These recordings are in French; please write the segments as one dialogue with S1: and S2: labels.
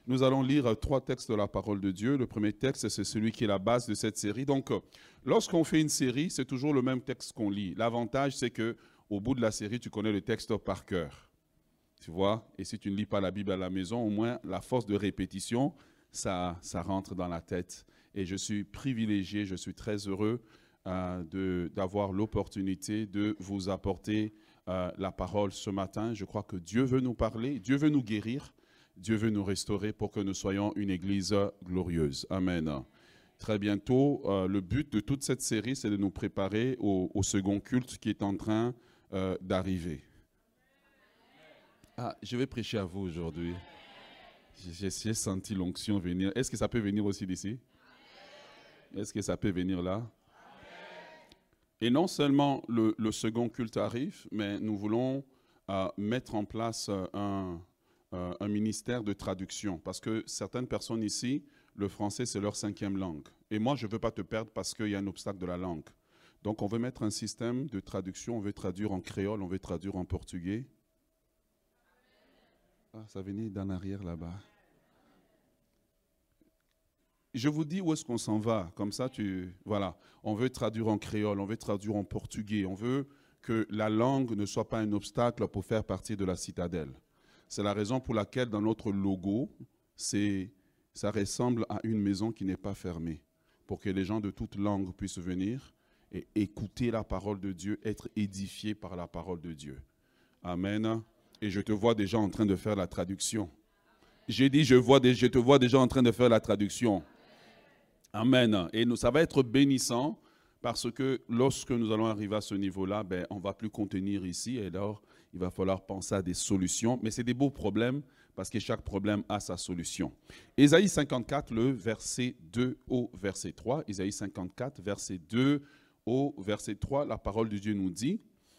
S1: Nous allons lire 3 textes de la parole de Dieu. Le premier texte, c'est celui qui est la base de cette série. Donc, lorsqu'on fait une série, c'est toujours le même texte qu'on lit. L'avantage, c'est qu'au bout de la série, tu connais le texte par cœur. Tu vois? Et si tu ne lis pas la Bible à la maison, au moins, la force de répétition, ça rentre dans la tête. Et je suis privilégié, je suis très heureux d'avoir l'opportunité de vous apporter la parole ce matin. Je crois que Dieu veut nous parler, Dieu veut nous guérir, Dieu veut nous restaurer pour que nous soyons une église glorieuse. Amen. Très bientôt, le but de toute cette série, c'est de nous préparer au second culte qui est en train d'arriver. Ah, je vais prêcher à vous aujourd'hui. J'ai senti l'onction venir. Est-ce que ça peut venir aussi d'ici? Est-ce que ça peut venir là? Et non seulement le second culte arrive, mais nous voulons mettre en place un ministère de traduction. Parce que certaines personnes ici, le français, c'est leur 5e langue. Et moi, je ne veux pas te perdre parce qu'il y a un obstacle de la langue. Donc, on veut mettre un système de traduction. On veut traduire en créole, on veut traduire en portugais. Ah, ça venait d'en arrière là-bas. Je vous dis où est-ce qu'on s'en va. Comme ça, voilà. On veut traduire en créole, on veut traduire en portugais. On veut que la langue ne soit pas un obstacle pour faire partie de la citadelle. C'est la raison pour laquelle dans notre logo, ça ressemble à une maison qui n'est pas fermée. Pour que les gens de toute langue puissent venir et écouter la parole de Dieu, être édifiés par la parole de Dieu. Amen. Et je te vois déjà en train de faire la traduction. J'ai dit, je te vois déjà en train de faire la traduction. Amen. Et ça va être bénissant parce que lorsque nous allons arriver à ce niveau-là, on ne va plus contenir ici. Et alors, il va falloir penser à des solutions. Mais c'est des beaux problèmes parce que chaque problème a sa solution. Ésaïe 54, le verset 2 au verset 3. Ésaïe 54, verset 2 au verset 3. La parole de Dieu nous dit,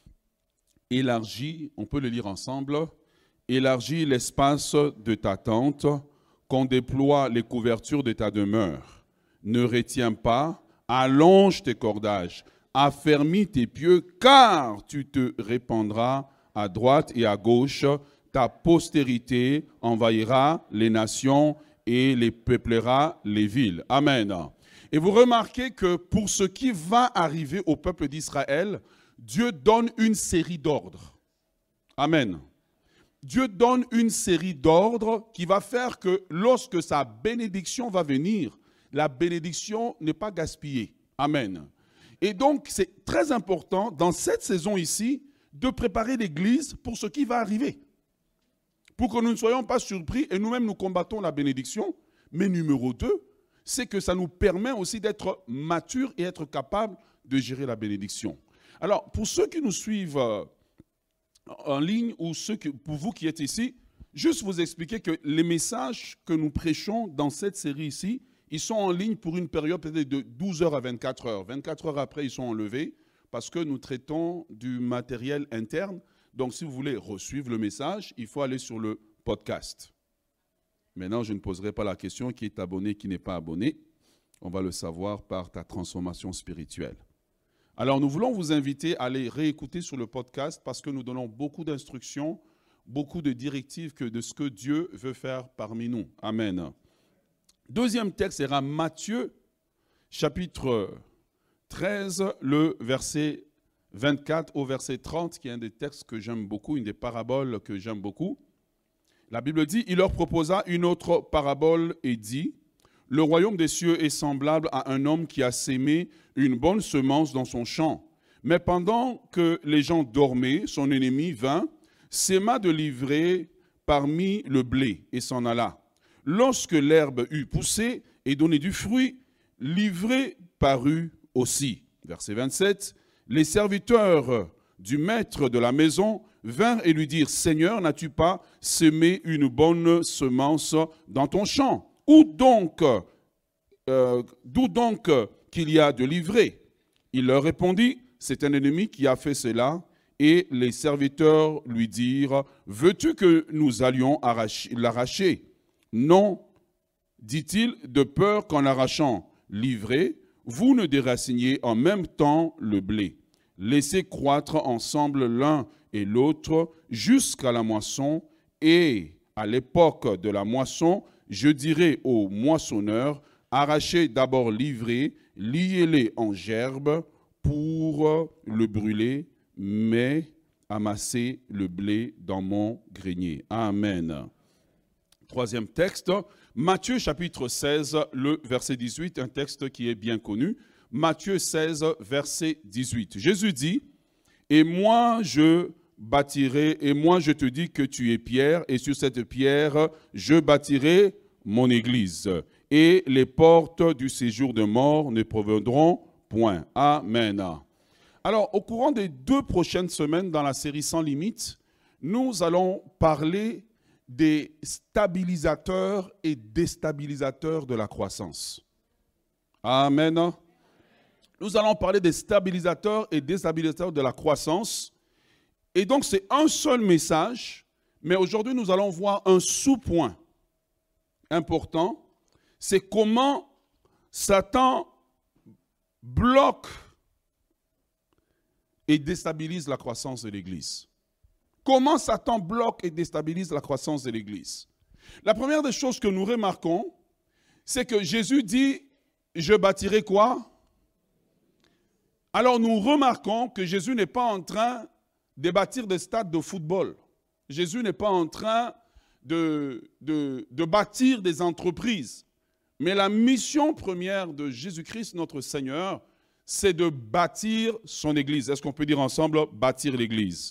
S1: élargis, on peut le lire ensemble, élargis l'espace de ta tente, qu'on déploie les couvertures de ta demeure. Ne retiens pas, allonge tes cordages, affermis tes pieux, car tu te répandras à droite et à gauche. Ta postérité envahira les nations et les peuplera les villes. Amen. Et vous remarquez que pour ce qui va arriver au peuple d'Israël, Dieu donne une série d'ordres. Amen. Dieu donne une série d'ordres qui va faire que lorsque sa bénédiction va venir, la bénédiction n'est pas gaspillée. Amen. Et donc, c'est très important dans cette saison ici de préparer l'Église pour ce qui va arriver. Pour que nous ne soyons pas surpris et nous-mêmes nous combattons la bénédiction. Mais numéro 2, c'est que ça nous permet aussi d'être matures et être capables de gérer la bénédiction. Alors, pour ceux qui nous suivent en ligne ou pour vous qui êtes ici, juste vous expliquer que les messages que nous prêchons dans cette série ici, ils sont en ligne pour une période peut-être de 12 heures à 24 heures. 24 heures après, ils sont enlevés parce que nous traitons du matériel interne. Donc, si vous voulez resuivre le message, il faut aller sur le podcast. Maintenant, je ne poserai pas la question qui est abonné, qui n'est pas abonné. On va le savoir par ta transformation spirituelle. Alors, nous voulons vous inviter à aller réécouter sur le podcast parce que nous donnons beaucoup d'instructions, beaucoup de directives de ce que Dieu veut faire parmi nous. Amen. Deuxième texte sera Matthieu, chapitre 13, le verset 24 au verset 30, qui est un des textes que j'aime beaucoup, une des paraboles que j'aime beaucoup. La Bible dit, il leur proposa une autre parabole et dit, « Le royaume des cieux est semblable à un homme qui a sémé une bonne semence dans son champ. Mais pendant que les gens dormaient, son ennemi vint, sema de l'ivraie parmi le blé et s'en alla. Lorsque l'herbe eut poussé et donné du fruit, l'ivraie parut aussi. » Verset 27, « Les serviteurs du maître de la maison vinrent et lui dirent, « Seigneur, n'as-tu pas semé une bonne semence dans ton champ? D'où donc qu'il y a de l'ivraie? » Il leur répondit, « C'est un ennemi qui a fait cela. » Et les serviteurs lui dirent, « Veux-tu que nous allions l'arracher? » Non, dit-il, de peur qu'en arrachant l'ivraie, vous ne déraciniez en même temps le blé. Laissez croître ensemble l'un et l'autre jusqu'à la moisson, et à l'époque de la moisson, je dirai aux moissonneurs, arrachez d'abord l'ivraie, liez-les en gerbes pour le brûler, mais amassez le blé dans mon grenier. Amen. Troisième texte, Matthieu chapitre 16, le verset 18, un texte qui est bien connu. Matthieu 16, verset 18. Jésus dit, « Et moi je bâtirai, et moi je te dis que tu es Pierre, et sur cette pierre je bâtirai mon église. Et les portes du séjour de mort ne prévaudront point. » Amen. Alors, au courant des 2 prochaines semaines dans la série Sans Limites, nous allons parler des stabilisateurs et déstabilisateurs de la croissance. Amen. Nous allons parler des stabilisateurs et déstabilisateurs de la croissance. Et donc, c'est un seul message, mais aujourd'hui, nous allons voir un sous-point important. C'est comment Satan bloque et déstabilise la croissance de l'Église. Comment Satan bloque et déstabilise la croissance de l'Église? La première des choses que nous remarquons, c'est que Jésus dit, je bâtirai quoi? Alors nous remarquons que Jésus n'est pas en train de bâtir des stades de football. Jésus n'est pas en train de bâtir des entreprises. Mais la mission première de Jésus-Christ, notre Seigneur, c'est de bâtir son Église. Est-ce qu'on peut dire ensemble, bâtir l'Église?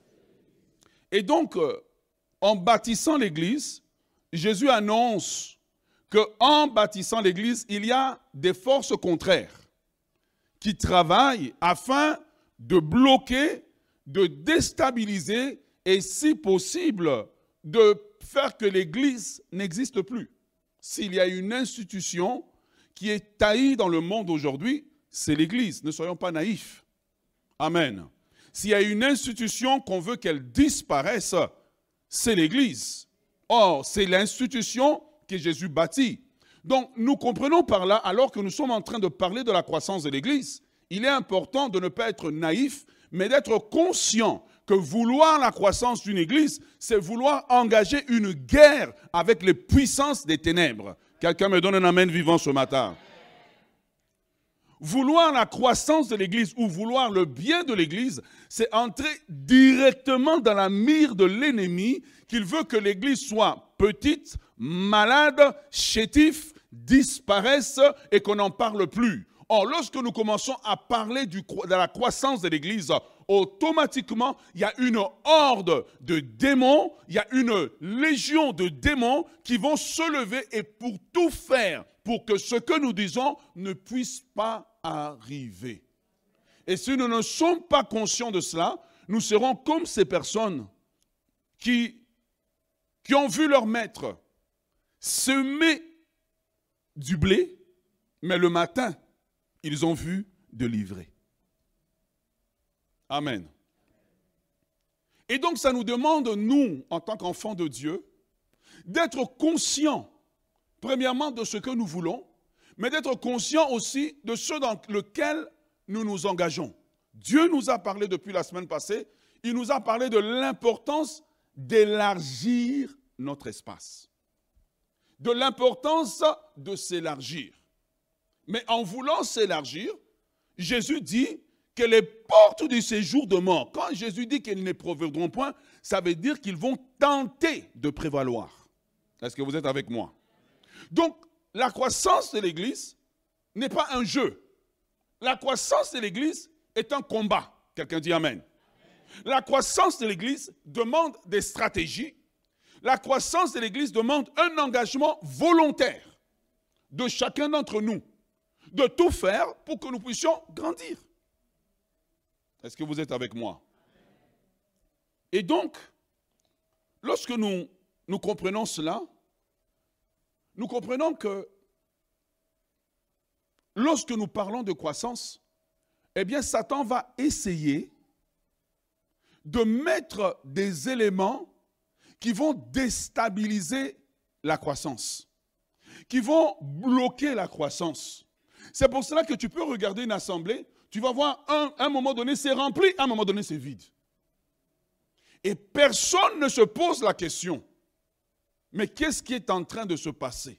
S1: Et donc, en bâtissant l'Église, Jésus annonce qu'en bâtissant l'Église, il y a des forces contraires qui travaillent afin de bloquer, de déstabiliser et, si possible, de faire que l'Église n'existe plus. S'il y a une institution qui est taillie dans le monde aujourd'hui, c'est l'Église. Ne soyons pas naïfs. Amen. S'il y a une institution qu'on veut qu'elle disparaisse, c'est l'Église. Or, c'est l'institution que Jésus bâtit. Donc, nous comprenons par là, alors que nous sommes en train de parler de la croissance de l'Église, il est important de ne pas être naïf, mais d'être conscient que vouloir la croissance d'une Église, c'est vouloir engager une guerre avec les puissances des ténèbres. Quelqu'un me donne un amen vivant ce matin. Vouloir la croissance de l'Église ou vouloir le bien de l'Église, c'est entrer directement dans la mire de l'ennemi qu'il veut que l'Église soit petite, malade, chétif, disparaisse et qu'on n'en parle plus. Or, lorsque nous commençons à parler de la croissance de l'Église, automatiquement, il y a une horde de démons, il y a une légion de démons qui vont se lever et pour tout faire pour que ce que nous disons ne puisse pas arriver. Et si nous ne sommes pas conscients de cela, nous serons comme ces personnes qui ont vu leur maître semer du blé, mais le matin, ils ont vu de l'ivraie. Amen. Et donc, ça nous demande, nous, en tant qu'enfants de Dieu, d'être conscients, premièrement, de ce que nous voulons, mais d'être conscients aussi de ce dans lequel nous nous engageons. Dieu nous a parlé depuis la semaine passée, il nous a parlé de l'importance d'élargir notre espace, de l'importance de s'élargir. Mais en voulant s'élargir, Jésus dit que les portes du séjour de mort, quand Jésus dit qu'ils ne prévaudront point, ça veut dire qu'ils vont tenter de prévaloir. Est-ce que vous êtes avec moi? Donc, la croissance de l'Église n'est pas un jeu. La croissance de l'Église est un combat. Quelqu'un dit Amen. La croissance de l'Église demande des stratégies. La croissance de l'Église demande un engagement volontaire de chacun d'entre nous, de tout faire pour que nous puissions grandir. Est-ce que vous êtes avec moi? Et donc, lorsque nous comprenons cela, nous comprenons que lorsque nous parlons de croissance, eh bien, Satan va essayer de mettre des éléments qui vont déstabiliser la croissance, qui vont bloquer la croissance. C'est pour cela que tu peux regarder une assemblée, tu vas voir un moment donné c'est rempli, à un moment donné c'est vide. Et personne ne se pose la question, Mais qu'est-ce qui est en train de se passer?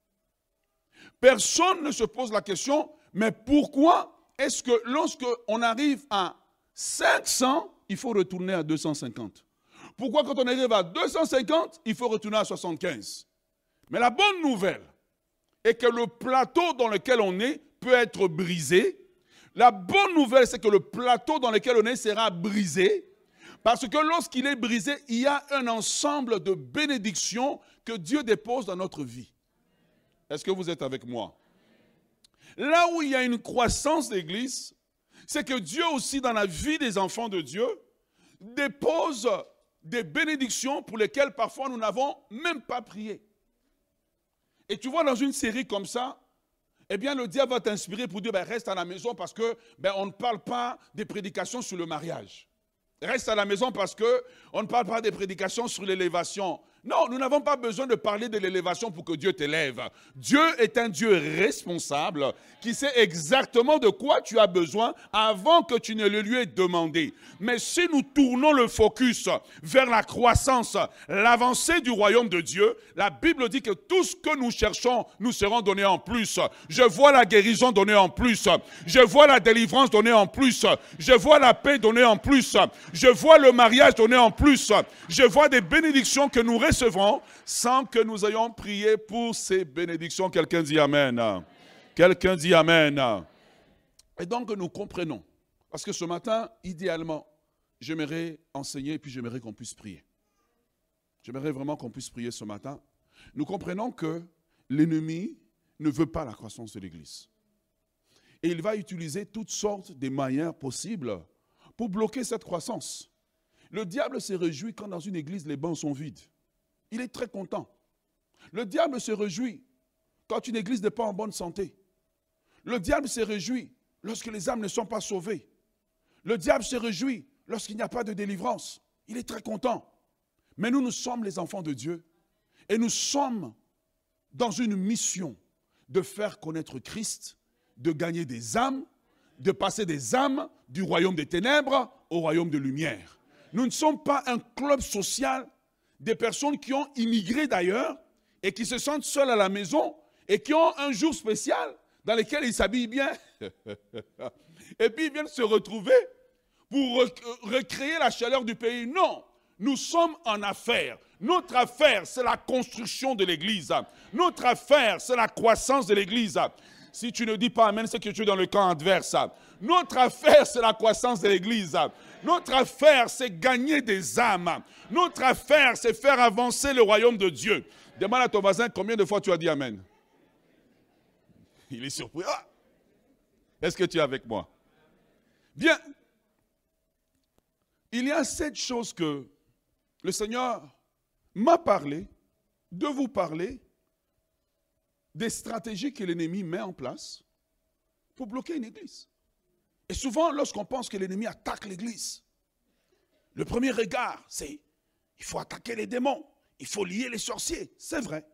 S1: Personne ne se pose la question, mais pourquoi est-ce que lorsqu'on arrive à 500, il faut retourner à 250? Pourquoi quand on arrive à 250, il faut retourner à 75? Mais la bonne nouvelle est que le plateau dans lequel on est peut être brisé. La bonne nouvelle, c'est que le plateau dans lequel on est sera brisé. Parce que lorsqu'il est brisé, il y a un ensemble de bénédictions que Dieu dépose dans notre vie. Est-ce que vous êtes avec moi? Là où il y a une croissance d'église, c'est que Dieu aussi, dans la vie des enfants de Dieu, dépose des bénédictions pour lesquelles parfois nous n'avons même pas prié. Et tu vois, dans une série comme ça, eh bien, le diable va t'inspirer pour dire, reste à la maison parce que on ne parle pas des prédications sur le mariage. Reste à la maison parce qu'on ne parle pas des prédications sur l'élévation. Non, nous n'avons pas besoin de parler de l'élévation pour que Dieu t'élève. Dieu est un Dieu responsable qui sait exactement de quoi tu as besoin avant que tu ne le lui aies demandé. Mais si nous tournons le focus vers la croissance, l'avancée du royaume de Dieu, la Bible dit que tout ce que nous cherchons nous serons donnés en plus. Je vois la guérison donnée en plus. Je vois la délivrance donnée en plus. Je vois la paix donnée en plus. Je vois le mariage donné en plus. Je vois des bénédictions que nous recevons sans que nous ayons prié pour ces bénédictions. Quelqu'un dit Amen. Quelqu'un dit Amen. Et donc nous comprenons. Parce que ce matin, idéalement, j'aimerais enseigner et puis j'aimerais qu'on puisse prier. J'aimerais vraiment qu'on puisse prier ce matin. Nous comprenons que l'ennemi ne veut pas la croissance de l'Église. Et il va utiliser toutes sortes de moyens possibles pour bloquer cette croissance. Le diable se réjouit quand dans une église les bancs sont vides. Il est très content. Le diable se réjouit quand une église n'est pas en bonne santé. Le diable se réjouit lorsque les âmes ne sont pas sauvées. Le diable se réjouit lorsqu'il n'y a pas de délivrance. Il est très content. Mais nous sommes les enfants de Dieu et nous sommes dans une mission de faire connaître Christ, de gagner des âmes, de passer des âmes du royaume des ténèbres au royaume de lumière. Nous ne sommes pas un club social des personnes qui ont immigré d'ailleurs et qui se sentent seules à la maison et qui ont un jour spécial dans lequel ils s'habillent bien. Et puis ils viennent se retrouver pour recréer la chaleur du pays. Non, nous sommes en affaires. Notre affaire, c'est la construction de l'Église. Notre affaire, c'est la croissance de l'Église. Si tu ne dis pas Amen, c'est que tu es dans le camp adverse. Notre affaire, c'est la croissance de l'Église. Notre affaire, c'est gagner des âmes. Notre affaire, c'est faire avancer le royaume de Dieu. Demande à ton voisin combien de fois tu as dit Amen. Il est surpris. Ah! Est-ce que tu es avec moi? Bien. Il y a cette chose que le Seigneur m'a parlé, de vous parler, des stratégies que l'ennemi met en place pour bloquer une église. Et souvent, lorsqu'on pense que l'ennemi attaque l'église, le premier regard, c'est il faut attaquer les démons, il faut lier les sorciers. C'est vrai.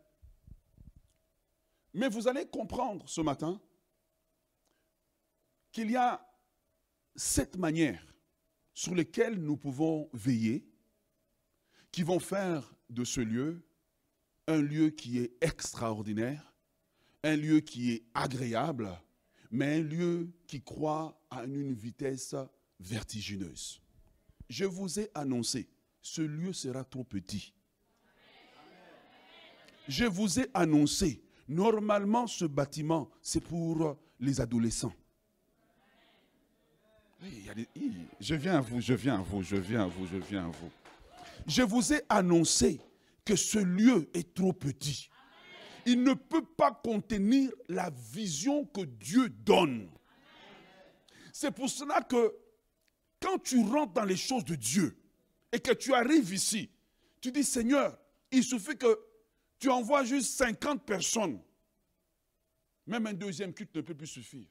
S1: Mais vous allez comprendre ce matin qu'il y a 7 manières sur lesquelles nous pouvons veiller, qui vont faire de ce lieu un lieu qui est extraordinaire, un lieu qui est agréable, mais un lieu qui croît à une vitesse vertigineuse. Je vous ai annoncé, ce lieu sera trop petit. Je vous ai annoncé, normalement ce bâtiment, c'est pour les adolescents. Je viens à vous, je viens à vous, je viens à vous, je viens à vous. Je vous ai annoncé que ce lieu est trop petit. Il ne peut pas contenir la vision que Dieu donne. C'est pour cela que quand tu rentres dans les choses de Dieu et que tu arrives ici, tu dis Seigneur, il suffit que tu envoies juste 50 personnes. Même un deuxième culte ne peut plus suffire.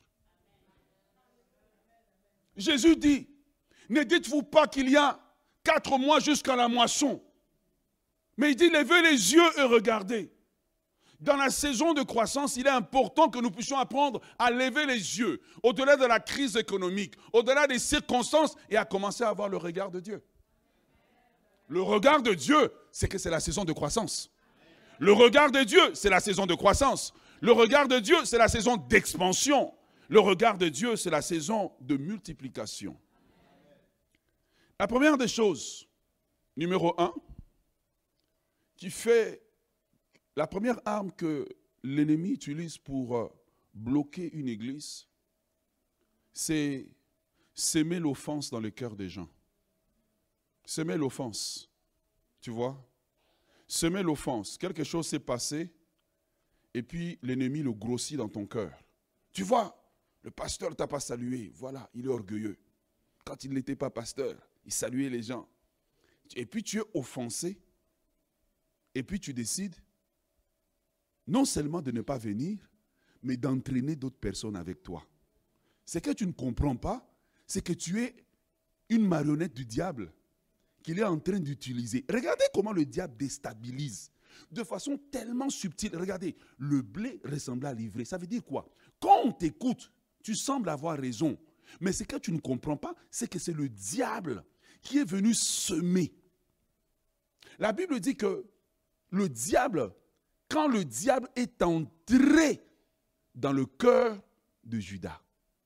S1: Jésus dit, ne dites-vous pas qu'il y a 4 mois jusqu'à la moisson. Mais il dit, levez les yeux et regardez. Dans la saison de croissance, il est important que nous puissions apprendre à lever les yeux au-delà de la crise économique, au-delà des circonstances et à commencer à avoir le regard de Dieu. Le regard de Dieu, c'est que c'est la saison de croissance. Le regard de Dieu, c'est la saison de croissance. Le regard de Dieu, c'est la saison d'expansion. Le regard de Dieu, c'est la saison de multiplication. La première des choses, numéro 1, qui fait la première arme que l'ennemi utilise pour bloquer une église, c'est s'aimer l'offense dans le cœur des gens. Semer l'offense, tu vois? Semer l'offense. Quelque chose s'est passé et puis l'ennemi le grossit dans ton cœur. Tu vois, le pasteur ne t'a pas salué. Voilà, il est orgueilleux. Quand il n'était pas pasteur, il saluait les gens. Et puis tu es offensé. Et puis tu décides non seulement de ne pas venir, mais d'entraîner d'autres personnes avec toi. Ce que tu ne comprends pas, c'est que tu es une marionnette du diable qu'il est en train d'utiliser. Regardez comment le diable déstabilise de façon tellement subtile. Regardez, le blé ressemble à l'ivraie. Ça veut dire quoi? Quand on t'écoute, tu sembles avoir raison. Mais ce que tu ne comprends pas, c'est que c'est le diable qui est venu semer. La Bible dit que le diable, quand le diable est entré dans le cœur de Judas,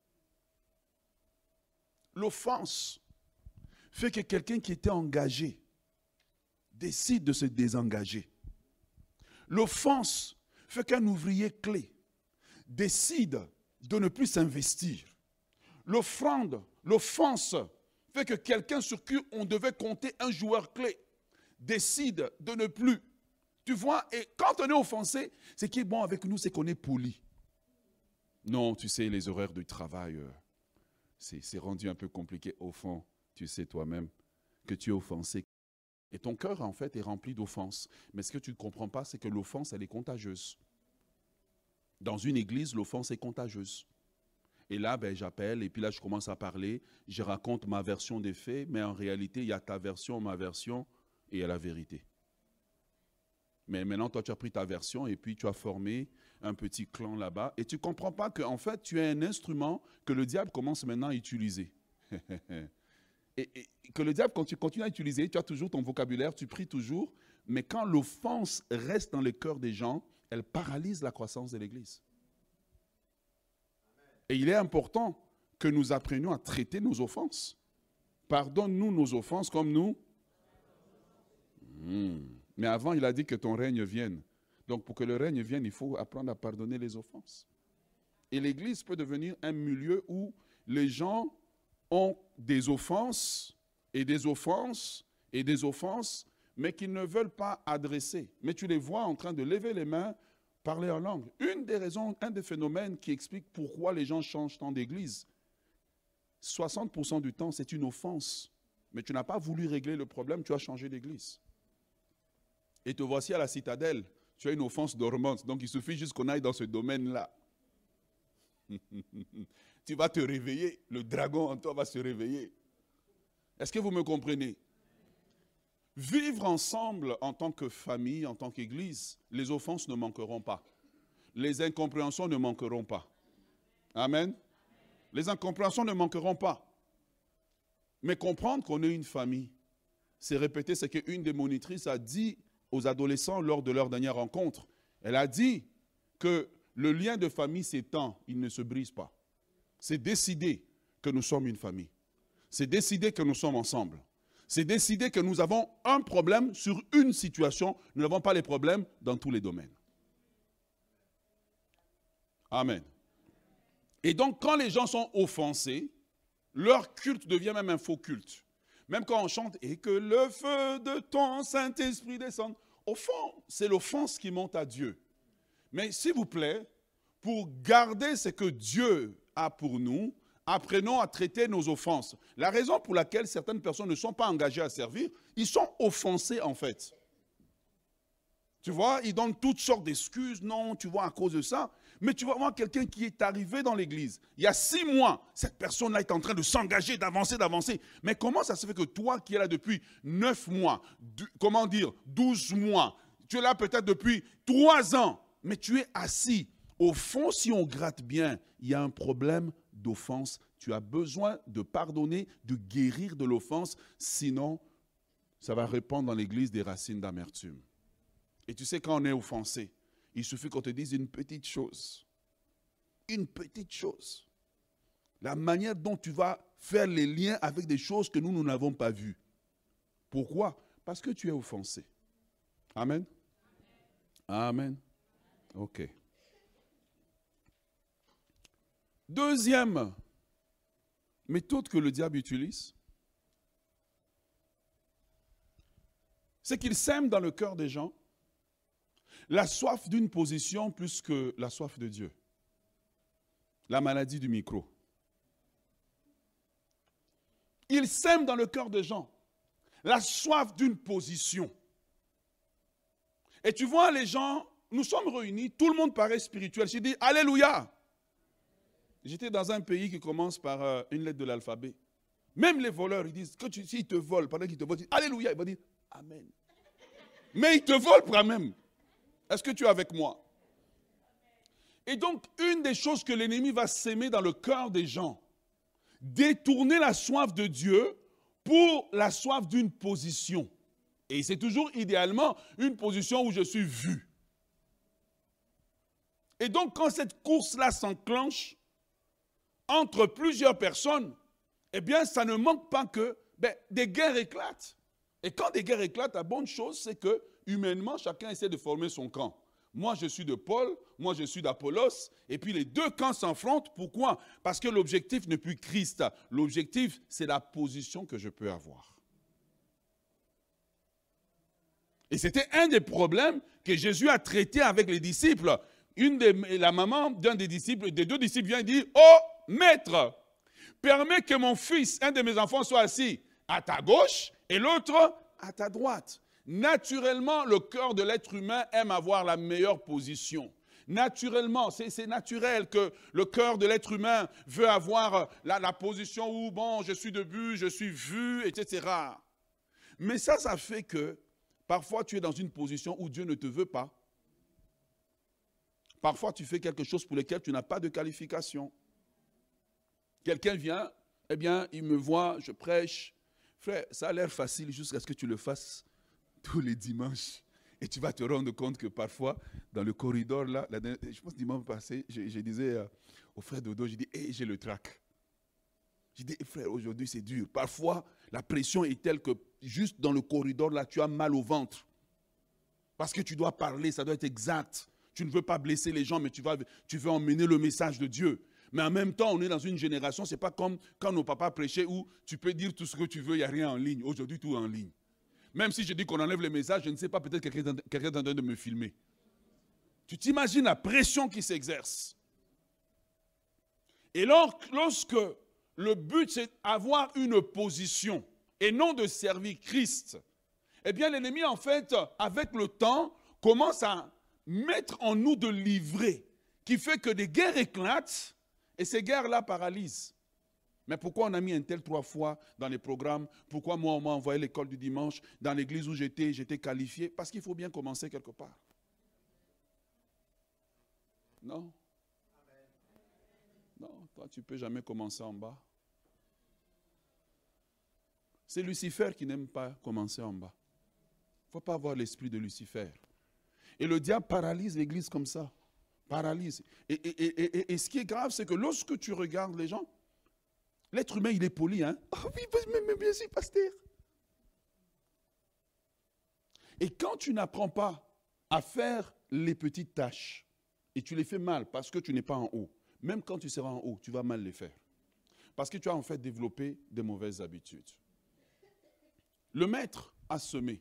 S1: l'offense fait que quelqu'un qui était engagé décide de se désengager. L'offense fait qu'un ouvrier clé décide de ne plus s'investir. L'offense fait que quelqu'un sur qui on devait compter un joueur clé décide de ne plus. Tu vois, et quand on est offensé, ce qui est bon avec nous, c'est qu'on est poli. Non, tu sais, les horaires du travail, c'est rendu un peu compliqué. Au fond, tu sais toi-même que tu es offensé. Et ton cœur, en fait, est rempli d'offenses. Mais ce que tu ne comprends pas, c'est que l'offense, elle est contagieuse. Dans une église, l'offense est contagieuse. Et là, ben, j'appelle, et puis là, je commence à parler. Je raconte ma version des faits, mais en réalité, il y a ta version, ma version, et il y a la vérité. Mais maintenant, toi, tu as pris ta version, et puis tu as formé un petit clan là-bas. Et tu ne comprends pas qu'en fait, tu es un instrument que le diable commence maintenant à utiliser. Et que le diable, quand tu continues à utiliser, tu as toujours ton vocabulaire, tu pries toujours, mais quand l'offense reste dans le cœur des gens, elle paralyse la croissance de l'Église. Et il est important que nous apprenions à traiter nos offenses. Pardonne-nous nos offenses comme nous. Mais avant, il a dit que ton règne vienne. Donc pour que le règne vienne, il faut apprendre à pardonner les offenses. Et l'Église peut devenir un milieu où les gens ont des offenses et des offenses et des offenses, mais qu'ils ne veulent pas adresser. Mais tu les vois en train de lever les mains, parler en langue. Une des raisons, un des phénomènes qui explique pourquoi les gens changent tant d'église, 60% du temps, c'est une offense. Mais tu n'as pas voulu régler le problème, tu as changé d'église. Et te voici à la citadelle, tu as une offense dormante. Donc il suffit juste qu'on aille dans ce domaine-là. Tu vas te réveiller, le dragon en toi va se réveiller. Est-ce que vous me comprenez? Vivre ensemble en tant que famille, en tant qu'église, les offenses ne manqueront pas. Les incompréhensions ne manqueront pas. Amen. Les incompréhensions ne manqueront pas. Mais comprendre qu'on est une famille, c'est répéter ce qu'une des monitrices a dit aux adolescents lors de leur dernière rencontre. Elle a dit que le lien de famille s'étend, il ne se brise pas. C'est décider que nous sommes une famille. C'est décider que nous sommes ensemble. C'est décider que nous avons un problème sur une situation. Nous n'avons pas les problèmes dans tous les domaines. Amen. Et donc, quand les gens sont offensés, leur culte devient même un faux culte. Même quand on chante « Et que le feu de ton Saint-Esprit descende », au fond, c'est l'offense qui monte à Dieu. Mais s'il vous plaît, pour garder ce que Dieu a pour nous, apprenons à traiter nos offenses. La raison pour laquelle certaines personnes ne sont pas engagées à servir, ils sont offensés en fait. Tu vois, ils donnent toutes sortes d'excuses. Non, tu vois, à cause de ça. Mais tu vas voir quelqu'un qui est arrivé dans l'église. Il y a 6 mois, cette personne-là est en train de s'engager, d'avancer, d'avancer. Mais comment ça se fait que toi qui es là depuis 9 mois, 12 mois, tu es là peut-être depuis 3 ans, mais tu es assis. Au fond, si on gratte bien, il y a un problème d'offense. Tu as besoin de pardonner, de guérir de l'offense. Sinon, ça va répandre dans l'église des racines d'amertume. Et tu sais, quand on est offensé, il suffit qu'on te dise une petite chose. Une petite chose. La manière dont tu vas faire les liens avec des choses que nous n'avons pas vues. Pourquoi? Parce que tu es offensé. Amen. Amen. Ok. Deuxième méthode que le diable utilise, c'est qu'il sème dans le cœur des gens la soif d'une position plus que la soif de Dieu. La maladie du micro. Il sème dans le cœur des gens la soif d'une position. Et tu vois, les gens, nous sommes réunis, tout le monde paraît spirituel. J'ai dit, Alléluia. J'étais dans un pays qui commence par une lettre de l'alphabet. Même les voleurs, ils disent, s'ils te volent, pendant qu'ils te volent, ils disent, Alléluia. Ils vont dire, Amen. Mais ils te volent quand même. Est-ce que tu es avec moi? Et donc, une des choses que l'ennemi va s'aimer dans le cœur des gens, détourner la soif de Dieu pour la soif d'une position. Et c'est toujours idéalement une position où je suis vu. Et donc, quand cette course-là s'enclenche entre plusieurs personnes, eh bien, ça ne manque pas que des guerres éclatent. Et quand des guerres éclatent, la bonne chose, c'est que, humainement, chacun essaie de former son camp. Moi, je suis de Paul, moi, je suis d'Apollos, et puis les deux camps s'affrontent. Pourquoi? Parce que l'objectif n'est plus Christ. L'objectif, c'est la position que je peux avoir. Et c'était un des problèmes que Jésus a traité avec les disciples. La maman d'un des disciples, des deux disciples vient et dit, « Oh, maître, permets que mon fils, un de mes enfants, soit assis à ta gauche et l'autre à ta droite. » Naturellement, le cœur de l'être humain aime avoir la meilleure position. Naturellement, c'est naturel que le cœur de l'être humain veut avoir la position où, bon, je suis debout, je suis vu, etc. Mais ça fait que parfois tu es dans une position où Dieu ne te veut pas. Parfois tu fais quelque chose pour lequel tu n'as pas de qualification. Quelqu'un vient, eh bien, il me voit, je prêche. Frère, ça a l'air facile jusqu'à ce que tu le fasses tous les dimanches. Et tu vas te rendre compte que parfois, dans le corridor, là, je pense dimanche passé, je disais au frère Dodo, j'ai dit, hey, j'ai le trac. J'ai dit, hey, frère, aujourd'hui c'est dur. Parfois, la pression est telle que juste dans le corridor, là, tu as mal au ventre. Parce que tu dois parler, ça doit être exact. Tu ne veux pas blesser les gens, mais tu veux emmener le message de Dieu. Mais en même temps, on est dans une génération, ce n'est pas comme quand nos papas prêchaient où tu peux dire tout ce que tu veux, il n'y a rien en ligne. Aujourd'hui, tout est en ligne. Même si je dis qu'on enlève les messages, je ne sais pas, peut-être quelqu'un est en train de me filmer. Tu t'imagines la pression qui s'exerce. Et lorsque le but c'est d'avoir une position et non de servir Christ, eh bien l'ennemi en fait, avec le temps, commence à mettre en nous de livrées qui fait que des guerres éclatent et ces guerres-là paralysent. Mais pourquoi on a mis un tel 3 fois dans les programmes? Pourquoi moi, on m'a envoyé l'école du dimanche? Dans l'église où j'étais qualifié? Parce qu'il faut bien commencer quelque part. Non? Non, toi, tu ne peux jamais commencer en bas. C'est Lucifer qui n'aime pas commencer en bas. Il ne faut pas avoir l'esprit de Lucifer. Et le diable paralyse l'église comme ça. Paralyse. Et ce qui est grave, c'est que lorsque tu regardes les gens, l'être humain, il est poli, hein? Oh oui, mais bien sûr, pasteur. Et quand tu n'apprends pas à faire les petites tâches, et tu les fais mal parce que tu n'es pas en haut, même quand tu seras en haut, tu vas mal les faire. Parce que tu as en fait développé des mauvaises habitudes. Le maître a semé.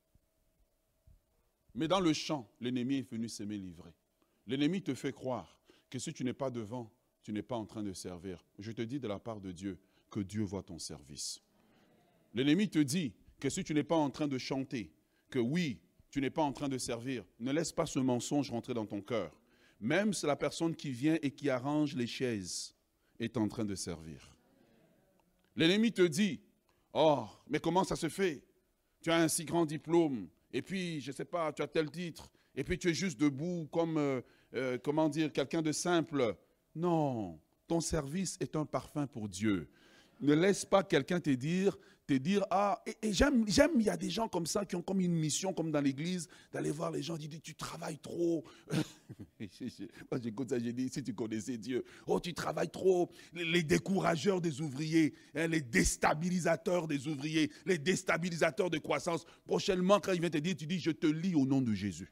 S1: Mais dans le champ, l'ennemi est venu s'aimer livrer. L'ennemi te fait croire que si tu n'es pas devant, tu n'es pas en train de servir. Je te dis de la part de Dieu que Dieu voit ton service. L'ennemi te dit que si tu n'es pas en train de chanter, que oui, tu n'es pas en train de servir, ne laisse pas ce mensonge rentrer dans ton cœur. Même si la personne qui vient et qui arrange les chaises est en train de servir. L'ennemi te dit, oh, mais comment ça se fait? Tu as un si grand diplôme, et puis, je ne sais pas, tu as tel titre, et puis tu es juste debout comme, comment dire, quelqu'un de simple. Non, ton service est un parfum pour Dieu. Ne laisse pas quelqu'un te dire, te dire, ah, et j'aime, il y a des gens comme ça qui ont comme une mission, comme dans l'église, d'aller voir les gens, dire, tu travailles trop. Moi j'écoute ça, j'ai dit, si tu connaissais Dieu, oh tu travailles trop, les décourageurs des ouvriers, hein, les déstabilisateurs des ouvriers, les déstabilisateurs de croissance. Prochainement, quand il vient te dire, tu dis, je te lis au nom de Jésus.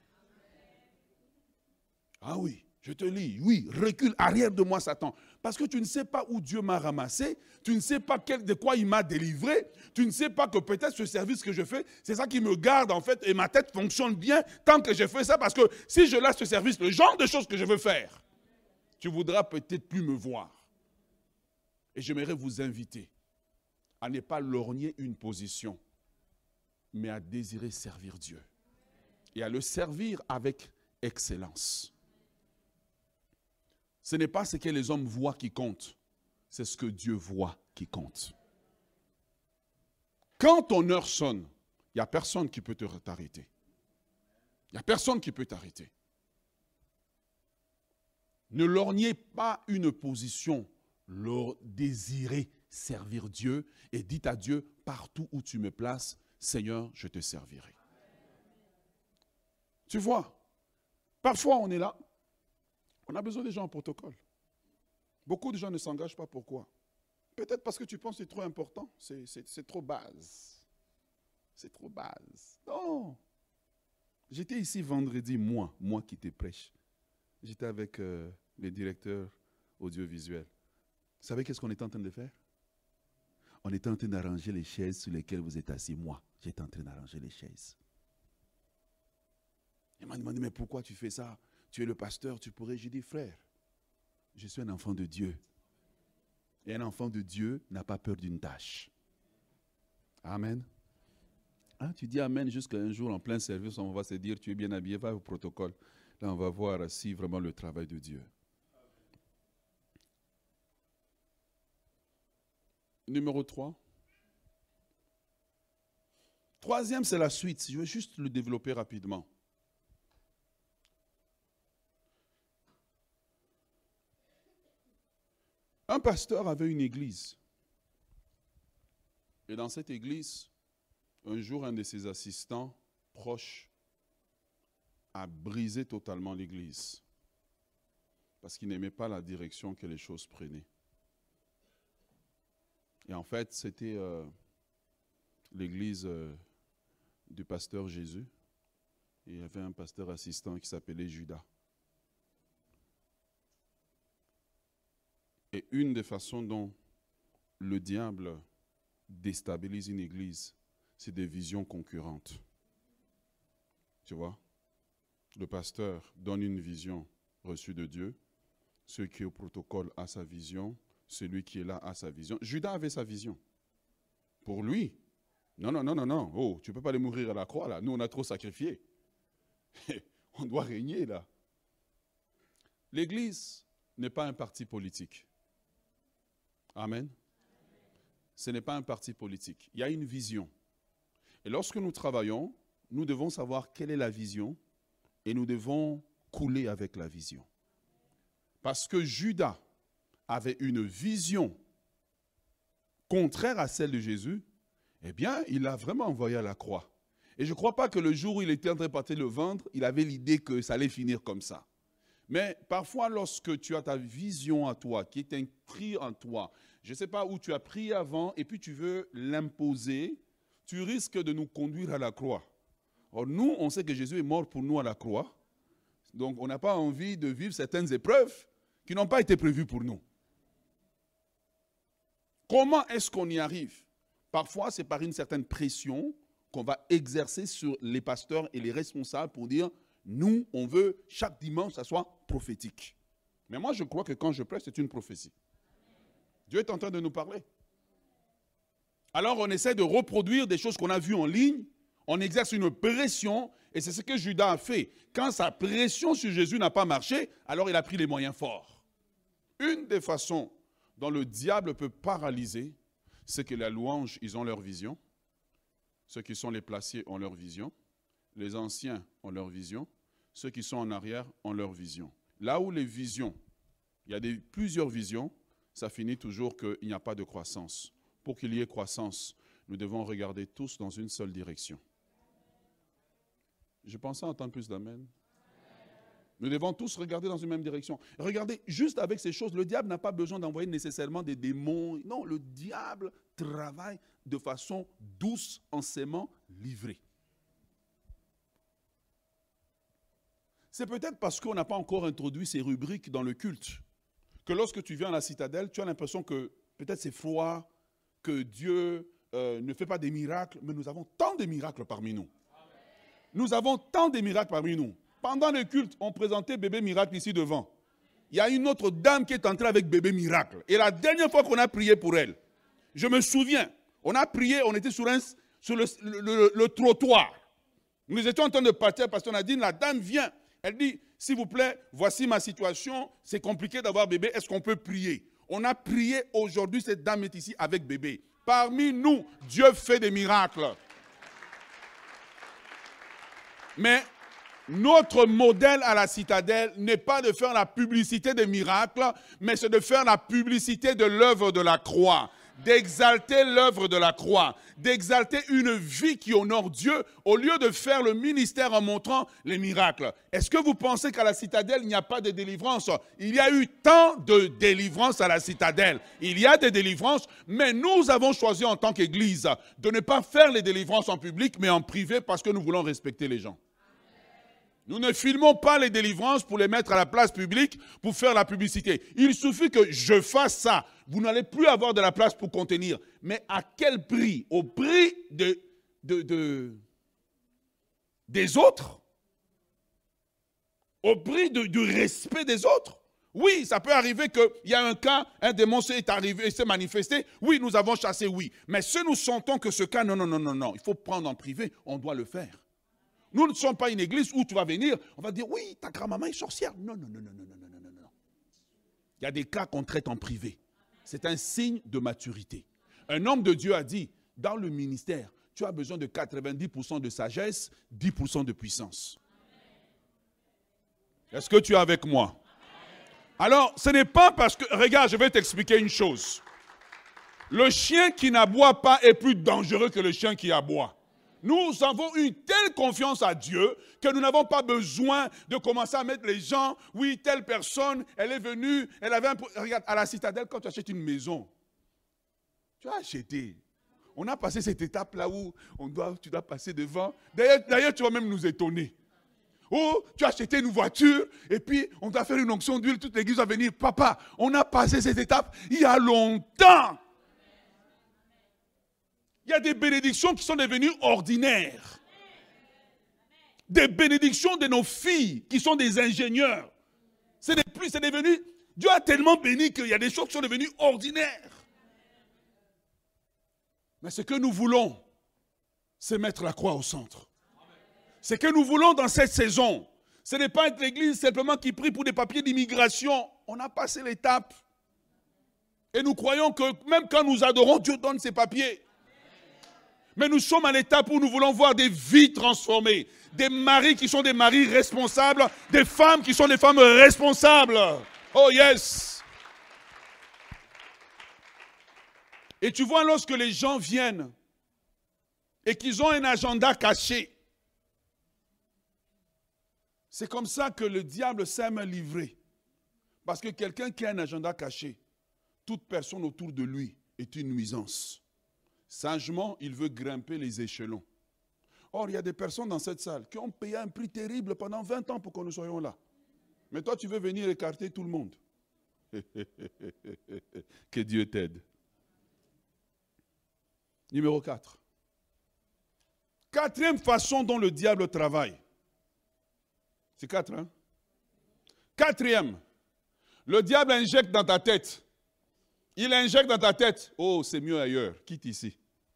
S1: Ah oui. Je te lis, oui, recule, arrière de moi Satan. Parce que tu ne sais pas où Dieu m'a ramassé, tu ne sais pas de quoi il m'a délivré, tu ne sais pas que peut-être ce service que je fais, c'est ça qui me garde en fait, et ma tête fonctionne bien tant que je fais ça, parce que si je lâche ce service, le genre de choses que je veux faire, tu voudras peut-être plus me voir. Et j'aimerais vous inviter à ne pas lorgner une position, mais à désirer servir Dieu. Et à le servir avec excellence. Ce n'est pas ce que les hommes voient qui compte, c'est ce que Dieu voit qui compte. Quand ton heure sonne, il n'y a personne qui peut t'arrêter. Il n'y a personne qui peut t'arrêter. Ne lorgnez pas une position, désirez servir Dieu et dites à Dieu, partout où tu me places, Seigneur, je te servirai. Tu vois, parfois on est là, on a besoin des gens en protocole. Beaucoup de gens ne s'engagent pas. Pourquoi? Peut-être parce que tu penses que c'est trop important. C'est trop base. C'est trop base. Non. J'étais ici vendredi, moi qui te prêche. J'étais avec le directeur audiovisuel. Vous savez qu'est-ce qu'on était en train de faire? On était en train d'arranger les chaises sur lesquelles vous êtes assis. Moi, j'étais en train d'arranger les chaises. Il m'a demandé, mais pourquoi tu fais ça? Tu es le pasteur, tu pourrais. J'ai dit, frère, je suis un enfant de Dieu. Et un enfant de Dieu n'a pas peur d'une tâche. Amen. Ah, tu dis amen jusqu'à un jour, en plein service, on va se dire, tu es bien habillé, va au protocole. Là, on va voir si vraiment le travail de Dieu. Numéro 3. Troisième, c'est la suite. Je vais juste le développer rapidement. Un pasteur avait une église. Et dans cette église, un jour, un de ses assistants proches a brisé totalement l'église. Parce qu'il n'aimait pas la direction que les choses prenaient. Et en fait, c'était l'église du pasteur Jésus. Et il y avait un pasteur assistant qui s'appelait Judas. Et une des façons dont le diable déstabilise une église, c'est des visions concurrentes. Tu vois? Le pasteur donne une vision reçue de Dieu. Celui qui est au protocole a sa vision. Celui qui est là a sa vision. Judas avait sa vision. Pour lui, non. Oh, tu ne peux pas aller mourir à la croix là. Nous, on a trop sacrifié. On doit régner là. L'église n'est pas un parti politique. Amen. Ce n'est pas un parti politique. Il y a une vision. Et lorsque nous travaillons, nous devons savoir quelle est la vision et nous devons couler avec la vision. Parce que Judas avait une vision contraire à celle de Jésus, eh bien, il l'a vraiment envoyé à la croix. Et je ne crois pas que le jour où il était en train de partir le ventre, il avait l'idée que ça allait finir comme ça. Mais parfois, lorsque tu as ta vision à toi, qui est inscrite en toi, je ne sais pas où tu as pris avant, et puis tu veux l'imposer, tu risques de nous conduire à la croix. Or, nous, on sait que Jésus est mort pour nous à la croix. Donc, on n'a pas envie de vivre certaines épreuves qui n'ont pas été prévues pour nous. Comment est-ce qu'on y arrive? Parfois, c'est par une certaine pression qu'on va exercer sur les pasteurs et les responsables pour dire, nous, on veut chaque dimanche, ça soit prophétique. Mais moi, je crois que quand je prêche, c'est une prophétie. Dieu est en train de nous parler. Alors, on essaie de reproduire des choses qu'on a vues en ligne. On exerce une pression, et c'est ce que Judas a fait. Quand sa pression sur Jésus n'a pas marché, alors il a pris les moyens forts. Une des façons dont le diable peut paralyser, c'est que la louange, ils ont leur vision. Ceux qui sont les placiers ont leur vision. Les anciens ont leur vision. Ceux qui sont en arrière ont leur vision. Là où les visions, il y a plusieurs visions, ça finit toujours qu'il n'y a pas de croissance. Pour qu'il y ait croissance, nous devons regarder tous dans une seule direction. Je pensais entendre plus d'amen. Nous devons tous regarder dans une même direction. Regardez, juste avec ces choses, le diable n'a pas besoin d'envoyer nécessairement des démons. Non, le diable travaille de façon douce, en s'aimant, livrée. C'est peut-être parce qu'on n'a pas encore introduit ces rubriques dans le culte, que lorsque tu viens à la citadelle, tu as l'impression que peut-être c'est froid, que Dieu ne fait pas des miracles, mais nous avons tant de miracles parmi nous. Nous avons tant de miracles parmi nous. Pendant le culte, on présentait bébé miracle ici devant. Il y a une autre dame qui est entrée avec bébé miracle. Et la dernière fois qu'on a prié pour elle, je me souviens, on a prié, on était sur le trottoir. Nous étions en train de partir parce qu'on a dit, la dame vient. Elle dit, s'il vous plaît, voici ma situation, c'est compliqué d'avoir bébé, est-ce qu'on peut prier? On a prié aujourd'hui, cette dame est ici avec bébé. Parmi nous, Dieu fait des miracles. Mais notre modèle à la citadelle n'est pas de faire la publicité des miracles, mais c'est de faire la publicité de l'œuvre de la croix, d'exalter l'œuvre de la croix, d'exalter une vie qui honore Dieu au lieu de faire le ministère en montrant les miracles. Est-ce que vous pensez qu'à la citadelle, il n'y a pas de délivrance? Il y a eu tant de délivrances à la citadelle. Il y a des délivrances, mais nous avons choisi en tant qu'Église de ne pas faire les délivrances en public, mais en privé parce que nous voulons respecter les gens. Nous ne filmons pas les délivrances pour les mettre à la place publique, pour faire la publicité. Il suffit que je fasse ça. Vous n'allez plus avoir de la place pour contenir. Mais à quel prix? Au prix des autres? Au prix du respect des autres? Oui, ça peut arriver qu'il y a un cas, un démon est arrivé, s'est manifesté. Oui, nous avons chassé, oui. Mais si nous sentons que ce cas, non, il faut prendre en privé, on doit le faire. Nous ne sommes pas une église où tu vas venir, on va dire, oui, ta grand-maman est sorcière. Non. Il y a des cas qu'on traite en privé. C'est un signe de maturité. Un homme de Dieu a dit, dans le ministère, tu as besoin de 90% de sagesse, 10% de puissance. Est-ce que tu es avec moi? Alors, ce n'est pas parce que, regarde, je vais t'expliquer une chose. Le chien qui n'aboie pas est plus dangereux que le chien qui aboie. Nous avons une telle confiance à Dieu que nous n'avons pas besoin de commencer à mettre les gens, oui, telle personne, elle est venue, elle avait un... Regarde, à la citadelle, quand tu achètes une maison, tu as acheté. On a passé cette étape-là où tu dois passer devant. D'ailleurs, tu vas même nous étonner. Oh, tu as acheté une voiture et puis on doit faire une onction d'huile, toute l'église va venir. Papa, on a passé cette étape il y a longtemps. Il y a des bénédictions qui sont devenues ordinaires. Des bénédictions de nos filles qui sont des ingénieurs. C'est devenu, Dieu a tellement béni qu'il y a des choses qui sont devenues ordinaires. Mais ce que nous voulons, c'est mettre la croix au centre. Ce que nous voulons dans cette saison, ce n'est pas être l'église simplement qui prie pour des papiers d'immigration. On a passé l'étape. Et nous croyons que même quand nous adorons, Dieu donne ses papiers. Mais nous sommes à l'étape où nous voulons voir des vies transformées, des maris qui sont des maris responsables, des femmes qui sont des femmes responsables. Oh yes! Et tu vois, lorsque les gens viennent et qu'ils ont un agenda caché, c'est comme ça que le diable s'aime livrer. Parce que quelqu'un qui a un agenda caché, toute personne autour de lui est une nuisance. Sagement, il veut grimper les échelons. Or, il y a des personnes dans cette salle qui ont payé un prix terrible pendant 20 ans pour que nous soyons là. Mais toi, tu veux venir écarter tout le monde. Que Dieu t'aide. Numéro 4. Quatrième façon dont le diable travaille. C'est 4, hein? Quatrième. Le diable injecte dans ta tête. Il injecte dans ta tête. Oh, c'est mieux ailleurs. Quitte ici.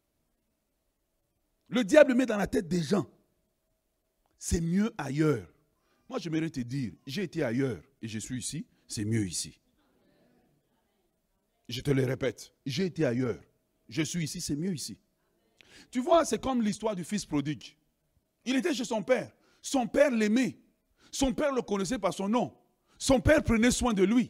S1: Le diable met dans la tête des gens. C'est mieux ailleurs. Moi, j'aimerais te dire, j'ai été ailleurs et je suis ici, c'est mieux ici. Je te le répète, j'ai été ailleurs, je suis ici, c'est mieux ici. Tu vois, c'est comme l'histoire du fils prodigue. Il était chez son père. Son père l'aimait. Son père le connaissait par son nom. Son père prenait soin de lui.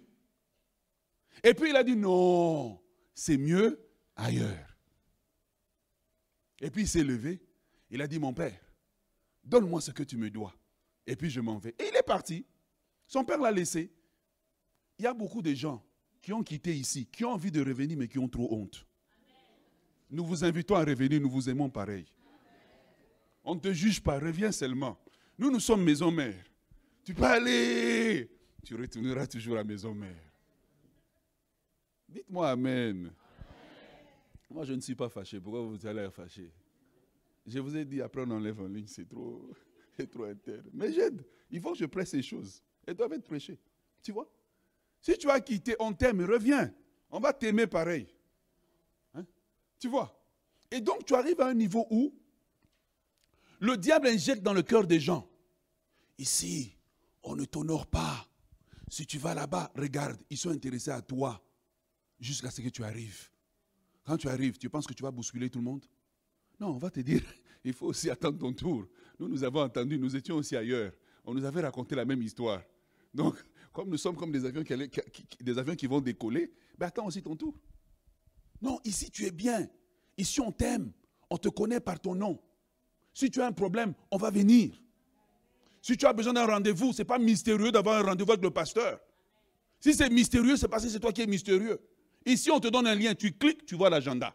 S1: Et puis il a dit, non, c'est mieux ailleurs. Et puis il s'est levé. Il a dit, mon père, donne-moi ce que tu me dois. Et puis je m'en vais. Et il est parti. Son père l'a laissé. Il y a beaucoup de gens qui ont quitté ici, qui ont envie de revenir, mais qui ont trop honte. Nous vous invitons à revenir, nous vous aimons pareil. On ne te juge pas, reviens seulement. Nous sommes maison mère. Tu peux aller. Tu retourneras toujours à maison mère. Dites-moi amen. Moi, je ne suis pas fâché. Pourquoi vous allez être fâché? Je vous ai dit, après on enlève en ligne, c'est trop interne. Mais j'aide. Il faut que je presse ces choses. Elles doivent être prêchées. Tu vois? Si tu as quitté, on t'aime, reviens. On va t'aimer pareil. Hein? Tu vois? Et donc, tu arrives à un niveau où le diable injecte dans le cœur des gens. Ici, on ne t'honore pas. Si tu vas là-bas, regarde, ils sont intéressés à toi jusqu'à ce que tu arrives. Quand tu arrives, tu penses que tu vas bousculer tout le monde? Non, on va te dire, il faut aussi attendre ton tour. Nous avons entendu, nous étions aussi ailleurs. On nous avait raconté la même histoire. Donc, comme nous sommes comme des avions qui vont décoller, ben attends aussi ton tour. Non, ici tu es bien. Ici on t'aime. On te connaît par ton nom. Si tu as un problème, on va venir. Si tu as besoin d'un rendez-vous, ce n'est pas mystérieux d'avoir un rendez-vous avec le pasteur. Si c'est mystérieux, c'est parce que c'est toi qui es mystérieux. Ici, on te donne un lien, tu cliques, tu vois l'agenda.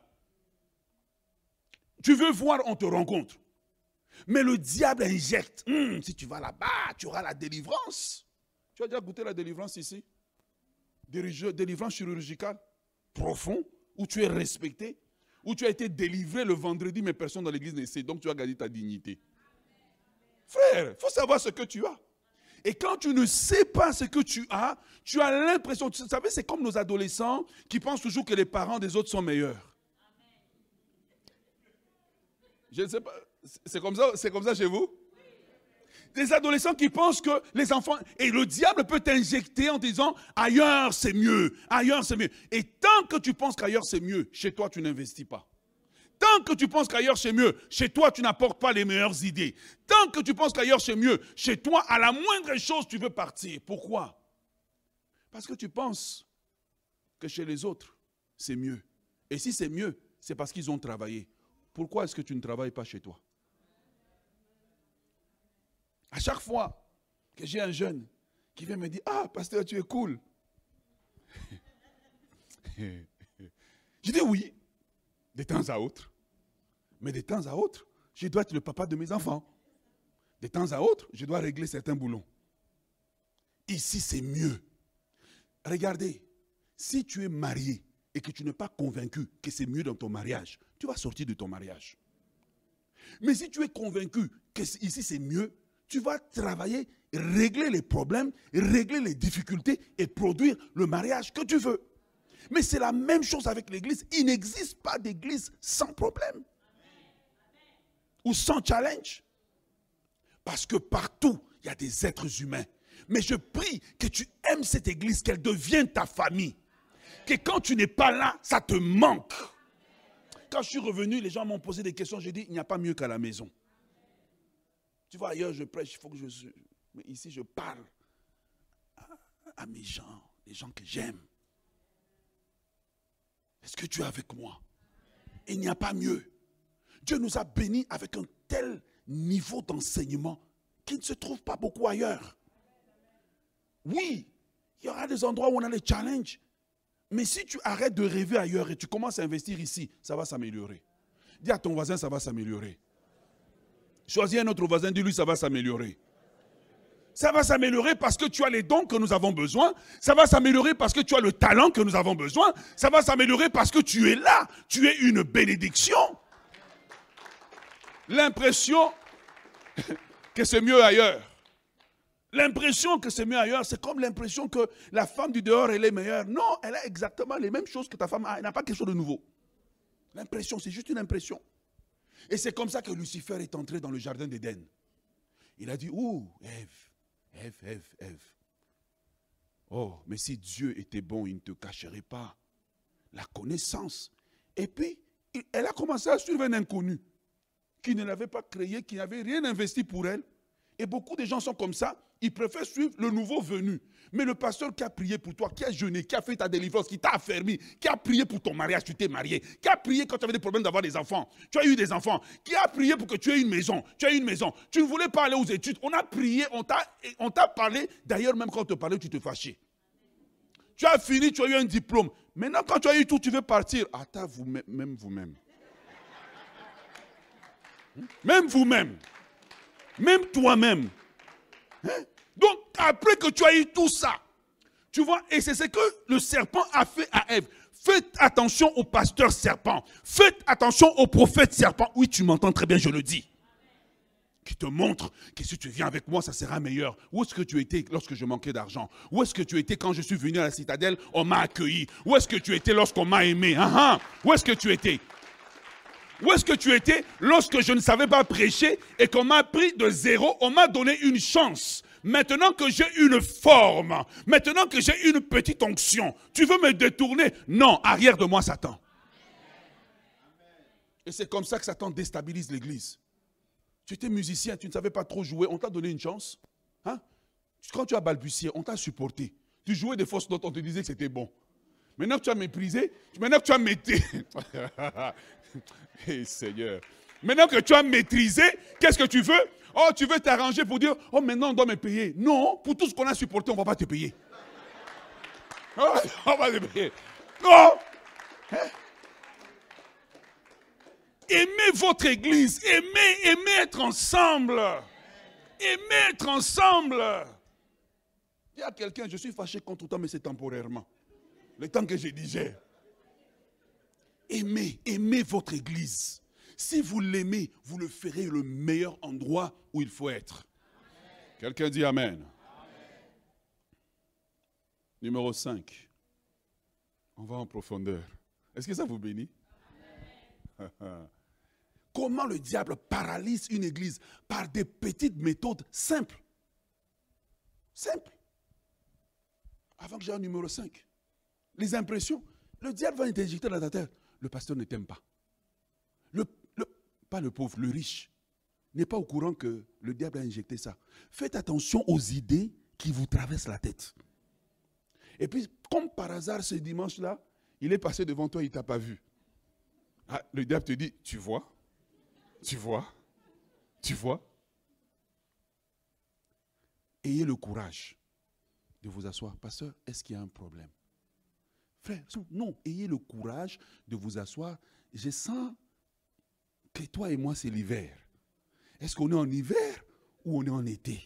S1: Tu veux voir, on te rencontre. Mais le diable injecte. Si tu vas là-bas, tu auras la délivrance. Tu as déjà goûté la délivrance ici? Délivrance chirurgicale, profond, où tu es respecté, où tu as été délivré le vendredi, mais personne dans l'église ne sait. Donc tu as gardé ta dignité. Frère, il faut savoir ce que tu as. Et quand tu ne sais pas ce que tu as l'impression, vous savez, c'est comme nos adolescents qui pensent toujours que les parents des autres sont meilleurs. Je ne sais pas, c'est comme ça chez vous? Des adolescents qui pensent que les enfants, et le diable peut t'injecter en disant ailleurs c'est mieux, ailleurs c'est mieux. Et tant que tu penses qu'ailleurs c'est mieux, chez toi tu n'investis pas. Tant que tu penses qu'ailleurs c'est mieux, chez toi tu n'apportes pas les meilleures idées. Tant que tu penses qu'ailleurs c'est mieux, chez toi à la moindre chose tu veux partir. Pourquoi? Parce que tu penses que chez les autres c'est mieux. Et si c'est mieux, c'est parce qu'ils ont travaillé. Pourquoi est-ce que tu ne travailles pas chez toi? À chaque fois que j'ai un jeune qui vient me dire, ah, pasteur, tu es cool. Je dis oui, de temps à autre. Mais de temps à autre, je dois être le papa de mes enfants. De temps à autre, je dois régler certains boulons. Ici, c'est mieux. Regardez, si tu es marié et que tu n'es pas convaincu que c'est mieux dans ton mariage, tu vas sortir de ton mariage. Mais si tu es convaincu que ici c'est mieux, tu vas travailler, régler les problèmes, régler les difficultés et produire le mariage que tu veux. Mais c'est la même chose avec l'église. Il n'existe pas d'église sans problème. Ou sans challenge. Parce que partout, il y a des êtres humains. Mais je prie que tu aimes cette église, qu'elle devienne ta famille. Que quand tu n'es pas là, ça te manque. Quand je suis revenu, les gens m'ont posé des questions. J'ai dit, il n'y a pas mieux qu'à la maison. Tu vois, ailleurs, je prêche, il faut que je... Mais ici, je parle à mes gens, les gens que j'aime. Est-ce que tu es avec moi? Il n'y a pas mieux. Dieu nous a bénis avec un tel niveau d'enseignement qui ne se trouve pas beaucoup ailleurs. Oui, il y aura des endroits où on a des challenges. Mais si tu arrêtes de rêver ailleurs et tu commences à investir ici, ça va s'améliorer. Dis à ton voisin, ça va s'améliorer. Choisis un autre voisin, dis-lui, ça va s'améliorer. Ça va s'améliorer parce que tu as les dons que nous avons besoin. Ça va s'améliorer parce que tu as le talent que nous avons besoin. Ça va s'améliorer parce que tu es là. Tu es une bénédiction. L'impression que c'est mieux ailleurs. L'impression que c'est mieux ailleurs, c'est comme l'impression que la femme du dehors, elle est meilleure. Non, elle a exactement les mêmes choses que ta femme a. Elle n'a pas quelque chose de nouveau. L'impression, c'est juste une impression. Et c'est comme ça que Lucifer est entré dans le jardin d'Éden. Il a dit, ouh, Ève. Oh, mais si Dieu était bon, il ne te cacherait pas la connaissance. Et puis, elle a commencé à suivre un inconnu qui ne l'avait pas créé, qui n'avait rien investi pour elle. Et beaucoup de gens sont comme ça. il préfère suivre le nouveau venu. Mais le pasteur qui a prié pour toi, qui a jeûné, qui a fait ta délivrance, qui t'a affermi, qui a prié pour ton mariage, tu t'es marié, qui a prié quand tu avais des problèmes d'avoir des enfants, tu as eu des enfants, qui a prié pour que tu aies une maison, tu as eu une maison, tu ne voulais pas aller aux études, on a prié, on t'a parlé, d'ailleurs même quand on te parlait, tu te fâchais. Tu as fini, tu as eu un diplôme. Maintenant quand tu as eu tout, tu veux partir. Attends, même vous-même. Même vous-même. Même toi-même. Hein? Donc, après que tu as eu tout ça, tu vois, et c'est ce que le serpent a fait à Ève. Faites attention au pasteur serpent. Faites attention au prophète serpent. Oui, tu m'entends très bien, je le dis. Qui te montre que si tu viens avec moi, ça sera meilleur. Où est-ce que tu étais lorsque je manquais d'argent? Où est-ce que tu étais quand je suis venu à la citadelle, on m'a accueilli? Où est-ce que tu étais lorsqu'on m'a aimé? Où est-ce que tu étais? Où est-ce que tu étais lorsque je ne savais pas prêcher et qu'on m'a pris de zéro, on m'a donné une chance? Maintenant que j'ai une forme, maintenant que j'ai une petite onction, tu veux me détourner? Non, arrière de moi, Satan. Et c'est comme ça que Satan déstabilise l'église. Tu étais musicien, tu ne savais pas trop jouer, on t'a donné une chance. Hein? Quand tu as balbutié, on t'a supporté. Tu jouais des fausses notes, on te disait que c'était bon. Maintenant que tu as méprisé, maintenant que tu as maîtrisé, hey, Seigneur. Maintenant que tu as maîtrisé, qu'est-ce que tu veux? Oh, tu veux t'arranger pour dire, oh, maintenant on doit me payer. Non, pour tout ce qu'on a supporté, on ne va pas te payer. Oh, on va te payer. Non. Hein? Aimez votre église, aimez être ensemble. Aimez être ensemble. Il y a quelqu'un, je suis fâché contre toi, mais c'est temporairement. Le temps que je digère. Aimez votre église. Si vous l'aimez, vous le ferez le meilleur endroit où il faut être. Quelqu'un dit Amen. Amen. Numéro 5. On va en profondeur. Est-ce que ça vous bénit? Comment le diable paralyse une église? Par des petites méthodes simples. Simples. Avant que j'aie un numéro 5. Les impressions. Le diable va t'injecter dans ta tête. Le pasteur ne t'aime pas. Pas le pauvre, le riche. N'est pas au courant que le diable a injecté ça. Faites attention aux idées qui vous traversent la tête. Et puis, comme par hasard, ce dimanche-là, il est passé devant toi, il ne t'a pas vu. Ah, le diable te dit, tu vois? Tu vois? Tu vois? Ayez le courage de vous asseoir. Pasteur, est-ce qu'il y a un problème? Frère, non, ayez le courage de vous asseoir. Je sens que toi et moi, c'est l'hiver. Est-ce qu'on est en hiver ou on est en été?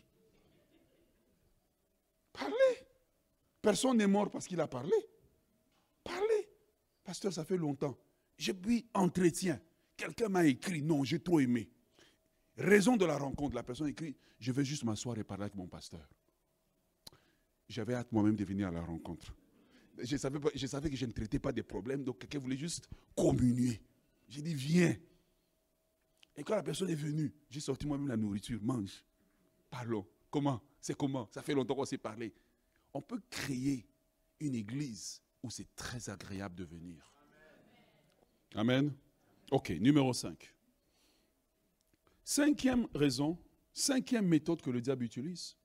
S1: Parlez. Personne n'est mort parce qu'il a parlé. Parlez. Pasteur, ça fait longtemps. J'ai pris entretien. Quelqu'un m'a écrit, non, j'ai trop aimé. Raison de la rencontre, la personne écrit, je vais juste m'asseoir et parler avec mon pasteur. J'avais hâte moi-même de venir à la rencontre. Je savais que je ne traitais pas des problèmes, donc quelqu'un voulait juste communier. J'ai dit, viens. Et quand la personne est venue, j'ai sorti moi-même la nourriture, mange. Parlons. Comment? C'est comment? Ça fait longtemps qu'on s'est parlé. On peut créer une église où c'est très agréable de venir. Amen. Ok, numéro 5. Cinquième raison, cinquième méthode que le diable utilise,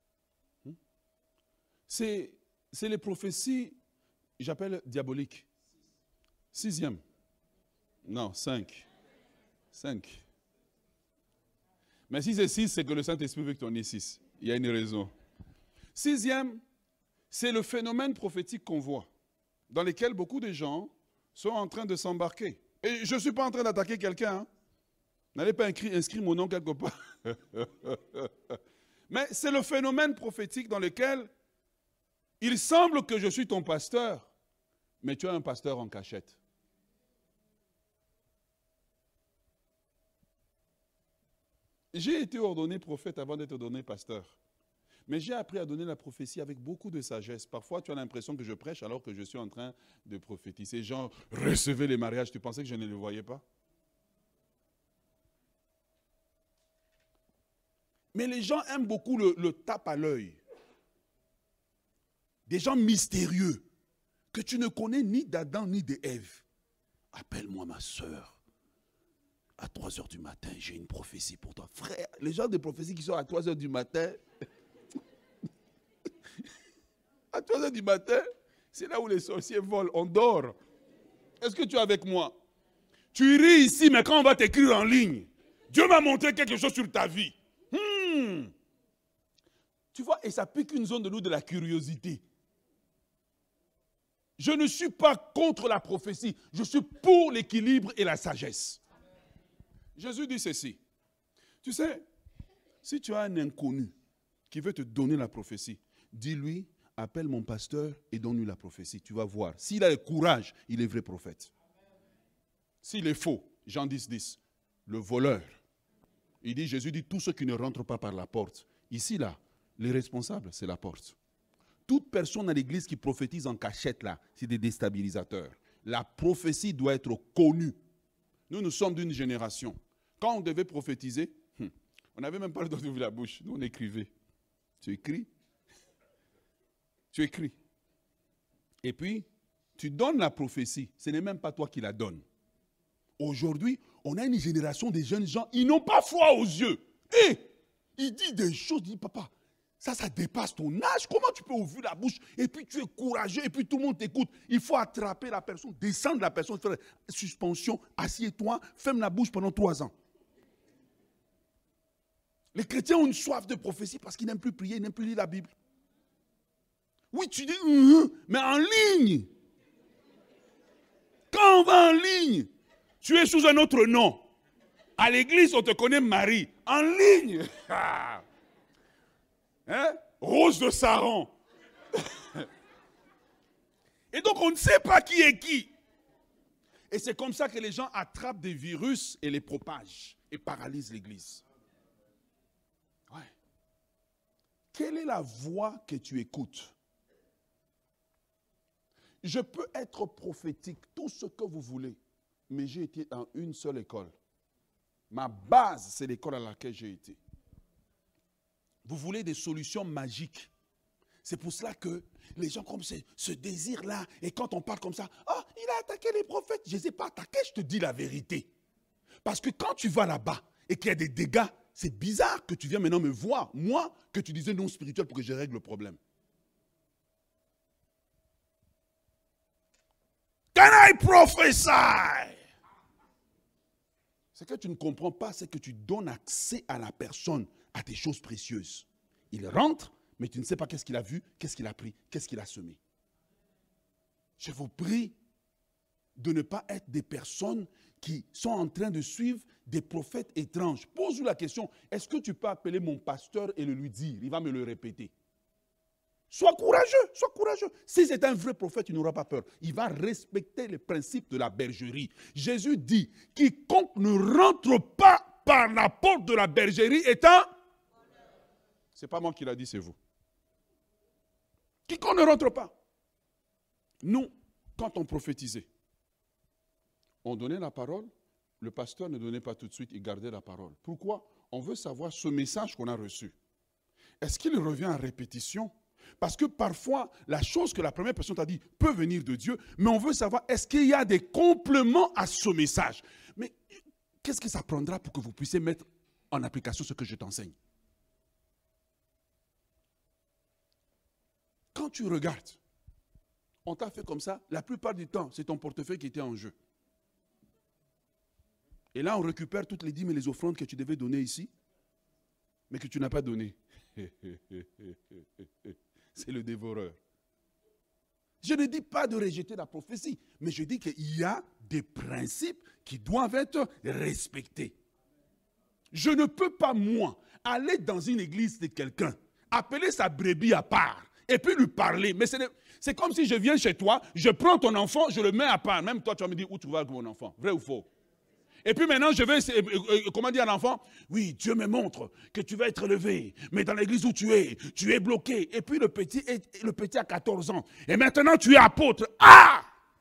S1: c'est les prophéties, j'appelle diaboliques. 6e. Non, 5. 5. Mais si c'est 6, c'est que le Saint-Esprit veut que tu en aies 6. Il y a une raison. 6e, c'est le phénomène prophétique qu'on voit, dans lequel beaucoup de gens sont en train de s'embarquer. Et je ne suis pas en train d'attaquer quelqu'un. Hein. N'allez pas inscrire mon nom quelque part. Mais c'est le phénomène prophétique dans lequel il semble que je suis ton pasteur, mais tu es un pasteur en cachette. J'ai été ordonné prophète avant d'être ordonné pasteur. Mais j'ai appris à donner la prophétie avec beaucoup de sagesse. Parfois, tu as l'impression que je prêche alors que je suis en train de prophétiser. Genre, recevez les mariages. Tu pensais que je ne les voyais pas? Mais les gens aiment beaucoup le tape à l'œil. Des gens mystérieux que tu ne connais ni d'Adam ni d'Ève. Appelle-moi ma soeur. À 3 heures du matin, j'ai une prophétie pour toi. Frère, les gens de prophéties qui sont à 3 heures du matin, À 3 heures du matin, c'est là où les sorciers volent. On dort. Est-ce que tu es avec moi? Tu ris ici, mais quand on va t'écrire en ligne, Dieu m'a montré quelque chose sur ta vie. Tu vois, et ça pique une zone de nous de la curiosité. Je ne suis pas contre la prophétie. Je suis pour l'équilibre et la sagesse. Jésus dit ceci. Tu sais, si tu as un inconnu qui veut te donner la prophétie, dis-lui, appelle mon pasteur et donne-lui la prophétie. Tu vas voir. S'il a le courage, il est vrai prophète. S'il est faux, Jean 10, 10, le voleur. Jésus dit, tous ceux qui ne rentrent pas par la porte. Ici, là, les responsables, c'est la porte. Toute personne à l'église qui prophétise en cachette, là, c'est des déstabilisateurs. La prophétie doit être connue. Nous sommes d'une génération. Quand on devait prophétiser, on n'avait même pas le droit d'ouvrir la bouche. Nous, on écrivait. Tu écris. Tu écris. Et puis, tu donnes la prophétie. Ce n'est même pas toi qui la donnes. Aujourd'hui, on a une génération de jeunes gens, ils n'ont pas foi aux yeux. Et il dit des choses, il dit, papa, ça dépasse ton âge. Comment tu peux ouvrir la bouche et puis tu es courageux et puis tout le monde t'écoute. Il faut attraper la personne, descendre la personne, faire suspension, assieds-toi, ferme la bouche pendant 3 ans. Les chrétiens ont une soif de prophétie parce qu'ils n'aiment plus prier, ils n'aiment plus lire la Bible. Oui, tu dis, mais en ligne. Quand on va en ligne, tu es sous un autre nom. À l'église, on te connaît Marie. En ligne. Hein? Rose de Saron. Et donc, on ne sait pas qui est qui. Et c'est comme ça que les gens attrapent des virus et les propagent et paralysent l'église. Ouais. Quelle est la voix que tu écoutes? Je peux être prophétique, tout ce que vous voulez, mais j'ai été dans une seule école. Ma base, c'est l'école à laquelle j'ai été. Vous voulez des solutions magiques. C'est pour cela que les gens comme ce désir-là, et quand on parle comme ça, oh, il a attaqué les prophètes. Je ne les ai pas attaqués, je te dis la vérité. Parce que quand tu vas là-bas et qu'il y a des dégâts, c'est bizarre que tu viens maintenant me voir, moi, que tu disais non spirituel pour que je règle le problème. Can I prophesy? Ce que tu ne comprends pas, c'est que tu donnes accès à la personne, à des choses précieuses. Il rentre, mais tu ne sais pas qu'est-ce qu'il a vu, qu'est-ce qu'il a pris, qu'est-ce qu'il a semé. Je vous prie de ne pas être des personnes qui sont en train de suivre des prophètes étranges. Pose-lui la question, est-ce que tu peux appeler mon pasteur et le lui dire? Il va me le répéter. Sois courageux, sois courageux. Si c'est un vrai prophète, il n'aura pas peur. Il va respecter les principes de la bergerie. Jésus dit, quiconque ne rentre pas par la porte de la bergerie est un... Ce n'est pas moi qui l'a dit, c'est vous. Quiconque ne rentre pas. Nous, quand on prophétisait, on donnait la parole, le pasteur ne donnait pas tout de suite, il gardait la parole. Pourquoi? On veut savoir ce message qu'on a reçu. Est-ce qu'il revient en répétition? Parce que parfois, la chose que la première personne t'a dit peut venir de Dieu, mais on veut savoir, est-ce qu'il y a des compléments à ce message? Mais qu'est-ce que ça prendra pour que vous puissiez mettre en application ce que je t'enseigne? Quand tu regardes, on t'a fait comme ça, la plupart du temps, c'est ton portefeuille qui était en jeu. Et là, on récupère toutes les dîmes et les offrandes que tu devais donner ici, mais que tu n'as pas donné. C'est le dévoreur. Je ne dis pas de rejeter la prophétie, mais je dis qu'il y a des principes qui doivent être respectés. Je ne peux pas, moi, aller dans une église de quelqu'un, appeler sa brebis à part, et puis lui parler. Mais c'est comme si je viens chez toi, je prends ton enfant, je le mets à part. Même toi, tu vas me dire où tu vas avec mon enfant. Vrai ou faux? Et puis maintenant, je vais, comment dire à l'enfant? Oui, Dieu me montre que tu vas être élevé. Mais dans l'église où tu es bloqué. Et puis le petit a 14 ans. Et maintenant, tu es apôtre. Ah!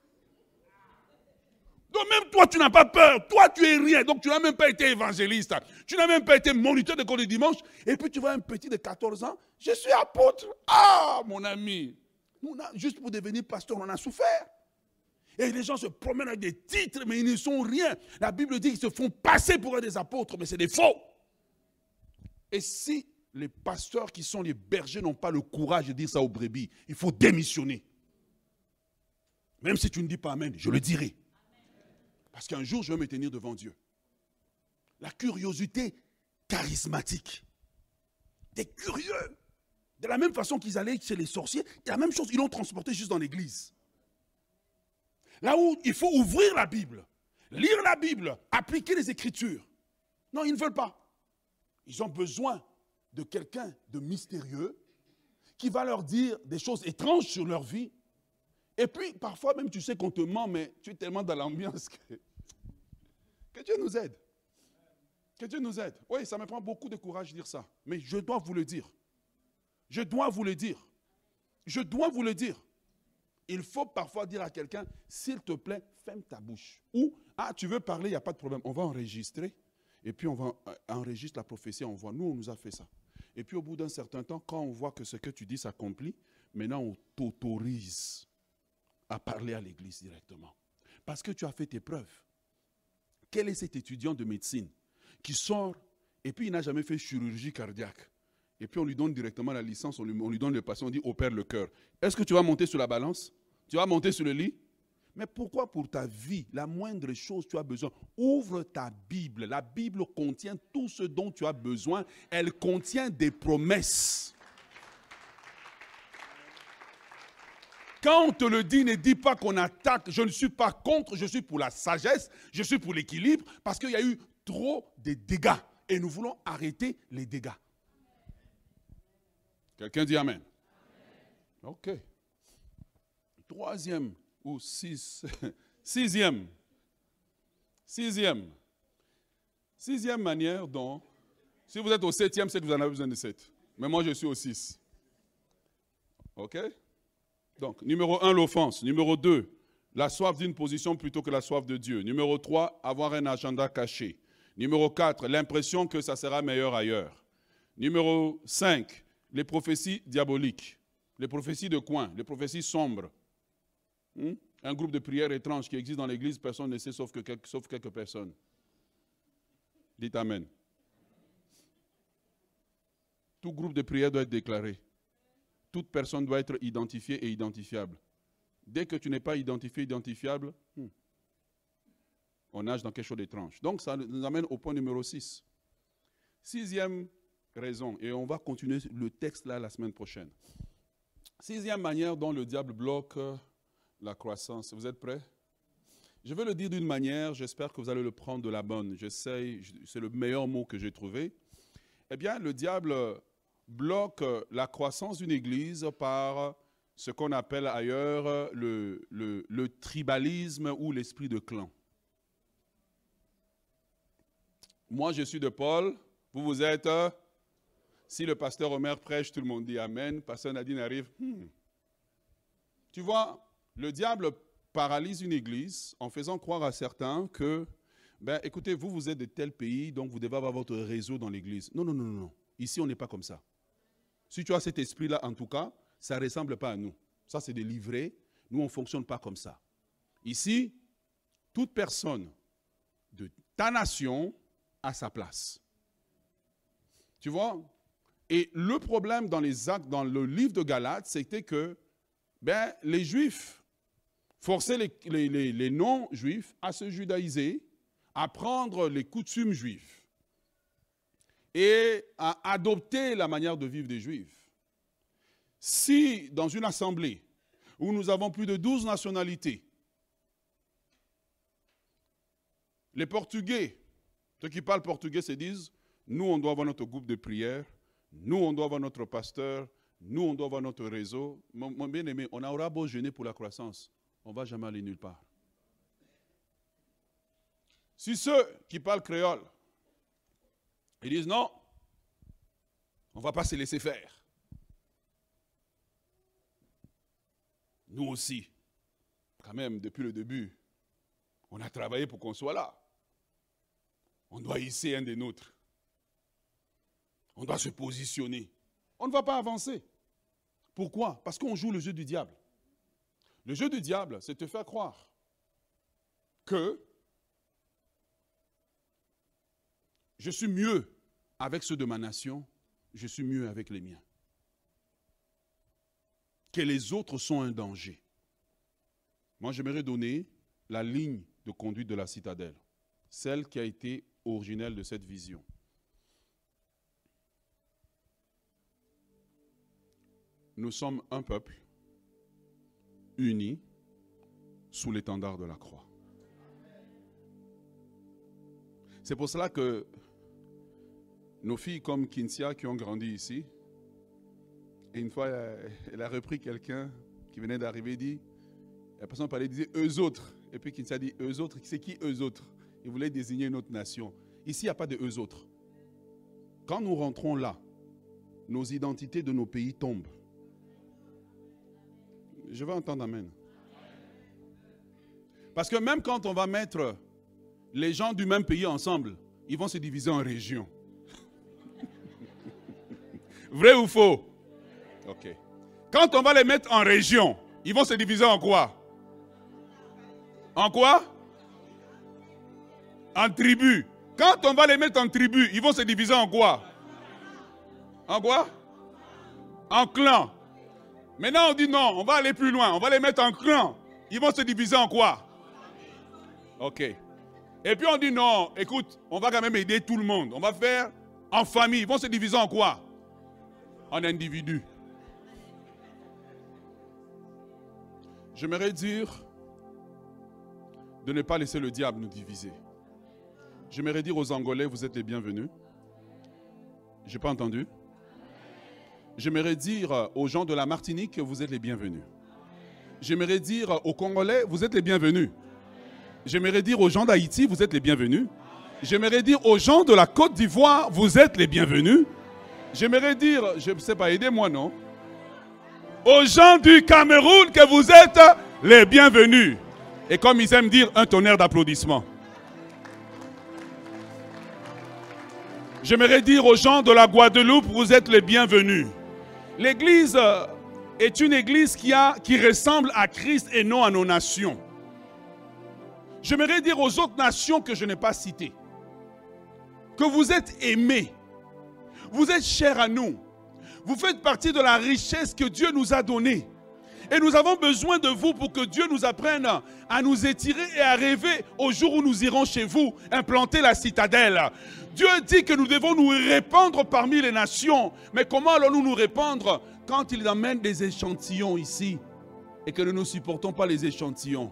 S1: Donc même toi, tu n'as pas peur. Toi, tu es rien. Donc tu n'as même pas été évangéliste. Tu n'as même pas été moniteur de cours du dimanche. Et puis tu vois un petit de 14 ans. Je suis apôtre. Ah, mon ami. Nous, juste pour devenir pasteur, on a souffert. Et les gens se promènent avec des titres, mais ils ne sont rien. La Bible dit qu'ils se font passer pour des apôtres, mais c'est des faux. Et si les pasteurs qui sont les bergers n'ont pas le courage de dire ça aux brebis. Il faut démissionner. Même si tu ne dis pas Amen, je le dirai. Parce qu'un jour, je vais me tenir devant Dieu. La curiosité charismatique. Des curieux. De la même façon qu'ils allaient chez les sorciers, c'est la même chose, ils l'ont transporté juste dans l'église. Là où il faut ouvrir la Bible, lire la Bible, appliquer les Écritures. Non, ils ne veulent pas. Ils ont besoin de quelqu'un de mystérieux qui va leur dire des choses étranges sur leur vie. Et puis, parfois même, tu sais qu'on te ment, mais tu es tellement dans l'ambiance que Dieu nous aide. Que Dieu nous aide. Oui, ça me prend beaucoup de courage de dire ça. Mais je dois vous le dire. Je dois vous le dire. Je dois vous le dire. Il faut parfois dire à quelqu'un, s'il te plaît, ferme ta bouche. Ou, ah, tu veux parler, il n'y a pas de problème. On va enregistrer. Et puis, on va enregistrer la prophétie, on voit. Nous, on nous a fait ça. Et puis, au bout d'un certain temps, quand on voit que ce que tu dis s'accomplit, maintenant, on t'autorise à parler à l'église directement. Parce que tu as fait tes preuves. Quel est cet étudiant de médecine qui sort et puis il n'a jamais fait chirurgie cardiaque? Et puis on lui donne directement la licence, on lui donne le patient, on dit opère le cœur. Est-ce que tu vas monter sur la balance? Tu vas monter sur le lit? Mais pourquoi pour ta vie, la moindre chose tu as besoin? Ouvre ta Bible. La Bible contient tout ce dont tu as besoin. Elle contient des promesses. Quand on te le dit, ne dis pas qu'on attaque. Je ne suis pas contre, je suis pour la sagesse, je suis pour l'équilibre, parce qu'il y a eu trop de dégâts. Et nous voulons arrêter les dégâts. Quelqu'un dit Amen. Ok. Troisième ou sixième manière dont, si vous êtes au septième, c'est que vous en avez besoin de 7. Mais moi, je suis au 6. Ok? Donc, numéro 1, l'offense. Numéro 2, la soif d'une position plutôt que la soif de Dieu. Numéro 3, avoir un agenda caché. Numéro 4, l'impression que ça sera meilleur ailleurs. Numéro 5, les prophéties diaboliques. Les prophéties de coin, les prophéties sombres. Un groupe de prière étrange qui existe dans l'église, personne ne sait sauf quelques personnes. Dites Amen. Tout groupe de prière doit être déclaré. Toute personne doit être identifiée et identifiable. Dès que tu n'es pas identifié, identifiable, on nage dans quelque chose d'étrange. Donc ça nous amène au point numéro 6. Sixième raison, et on va continuer le texte là la semaine prochaine. Sixième manière dont le diable bloque la croissance. Vous êtes prêts? Je vais le dire d'une manière, j'espère que vous allez le prendre de la bonne. J'essaye, c'est le meilleur mot que j'ai trouvé. Eh bien, le diable bloque la croissance d'une église par ce qu'on appelle ailleurs le tribalisme ou l'esprit de clan. Moi, je suis de Paul, vous êtes... Si le pasteur Omer prêche, tout le monde dit Amen. Pasteur Nadine arrive. Tu vois, le diable paralyse une église en faisant croire à certains que, écoutez, vous êtes de tel pays, donc vous devez avoir votre réseau dans l'église. Non, non, non, non. Ici, on n'est pas comme ça. Si tu as cet esprit-là, en tout cas, ça ne ressemble pas à nous. Ça, c'est des livrets. Nous, on ne fonctionne pas comme ça. Ici, toute personne de ta nation a sa place. Tu vois? Et le problème dans les actes, dans le livre de Galates, c'était que les Juifs forçaient les non-Juifs à se judaïser, à prendre les coutumes juives et à adopter la manière de vivre des Juifs. Si dans une assemblée où nous avons plus de 12 nationalités, les Portugais, ceux qui parlent portugais se disent, nous on doit avoir notre groupe de prière, nous on doit avoir notre pasteur, nous on doit avoir notre réseau. Mon bien-aimé, on aura beau jeûner pour la croissance, on ne va jamais aller nulle part. Si ceux qui parlent créole, ils disent non, on ne va pas se laisser faire. Nous aussi, quand même, depuis le début, on a travaillé pour qu'on soit là. On doit hisser un des nôtres. On doit se positionner. On ne va pas avancer. Pourquoi? Parce qu'on joue le jeu du diable. Le jeu du diable, c'est te faire croire que je suis mieux avec ceux de ma nation, je suis mieux avec les miens. Que les autres sont un danger. Moi, j'aimerais donner la ligne de conduite de la citadelle, celle qui a été originelle de cette vision. Nous sommes un peuple uni sous l'étendard de la croix. C'est pour cela que nos filles comme Kinsia qui ont grandi ici, et une fois elle a repris quelqu'un qui venait d'arriver, dit, la personne parlait, disait eux autres. Et puis Kinsia dit eux autres, c'est qui eux autres? Il voulait désigner une autre nation. Ici, il n'y a pas de eux autres. Quand nous rentrons là, nos identités de nos pays tombent. Je veux entendre amen. Parce que même quand on va mettre les gens du même pays ensemble, ils vont se diviser en régions. Vrai ou faux? Ok. Quand on va les mettre en régions, ils vont se diviser en quoi? En quoi? En tribus. Quand on va les mettre en tribus, ils vont se diviser en quoi? En quoi? En clans. Maintenant on dit non, on va aller plus loin, on va les mettre en clans. Ils vont se diviser en quoi? Ok. Et puis on dit non, écoute, on va quand même aider tout le monde. On va faire en famille. Ils vont se diviser en quoi? En individus. J'aimerais dire de ne pas laisser le diable nous diviser. J'aimerais dire aux Angolais, vous êtes les bienvenus. Je n'ai pas entendu. J'aimerais dire aux gens de la Martinique que vous êtes les bienvenus. J'aimerais dire aux Congolais, vous êtes les bienvenus. J'aimerais dire aux gens d'Haïti, vous êtes les bienvenus. J'aimerais dire aux gens de la Côte d'Ivoire, vous êtes les bienvenus. J'aimerais dire, je ne sais pas, aidez-moi non. Aux gens du Cameroun que vous êtes les bienvenus. Et comme ils aiment dire, un tonnerre d'applaudissements. J'aimerais dire aux gens de la Guadeloupe, vous êtes les bienvenus. L'église est une église qui ressemble à Christ et non à nos nations. J'aimerais dire aux autres nations que je n'ai pas citées, que vous êtes aimés, vous êtes chers à nous, vous faites partie de la richesse que Dieu nous a donnée. Et nous avons besoin de vous pour que Dieu nous apprenne à nous étirer et à rêver au jour où nous irons chez vous implanter la citadelle. Dieu dit que nous devons nous répandre parmi les nations. Mais comment allons-nous nous répandre quand il amène des échantillons ici et que nous ne supportons pas les échantillons?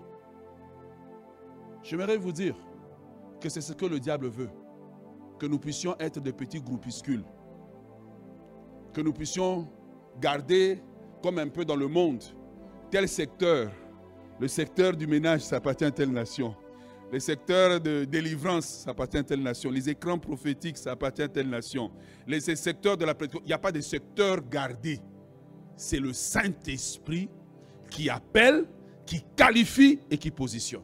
S1: J'aimerais vous dire que c'est ce que le diable veut. Que nous puissions être des petits groupuscules. Que nous puissions garder, comme un peu dans le monde, tel secteur. Le secteur du ménage, ça appartient à telle nation. Le secteur de délivrance, ça appartient à telle nation. Les écrans prophétiques, ça appartient à telle nation. Les secteurs de la prédication, il n'y a pas de secteur gardé. C'est le Saint-Esprit qui appelle, qui qualifie et qui positionne.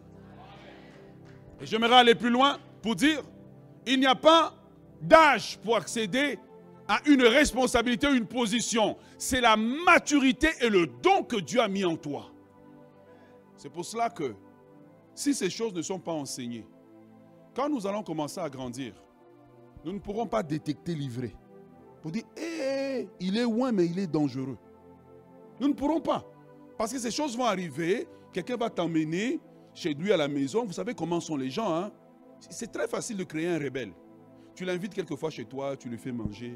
S1: Et j'aimerais aller plus loin pour dire, il n'y a pas d'âge pour accéder à une responsabilité ou une position. C'est la maturité et le don que Dieu a mis en toi. C'est pour cela que si ces choses ne sont pas enseignées, quand nous allons commencer à grandir, nous ne pourrons pas détecter l'ivraie. Pour dire, il est loin mais il est dangereux. Nous ne pourrons pas. Parce que ces choses vont arriver, quelqu'un va t'emmener chez lui à la maison. Vous savez comment sont les gens, hein? C'est très facile de créer un rebelle. Tu l'invites quelquefois chez toi, tu lui fais manger.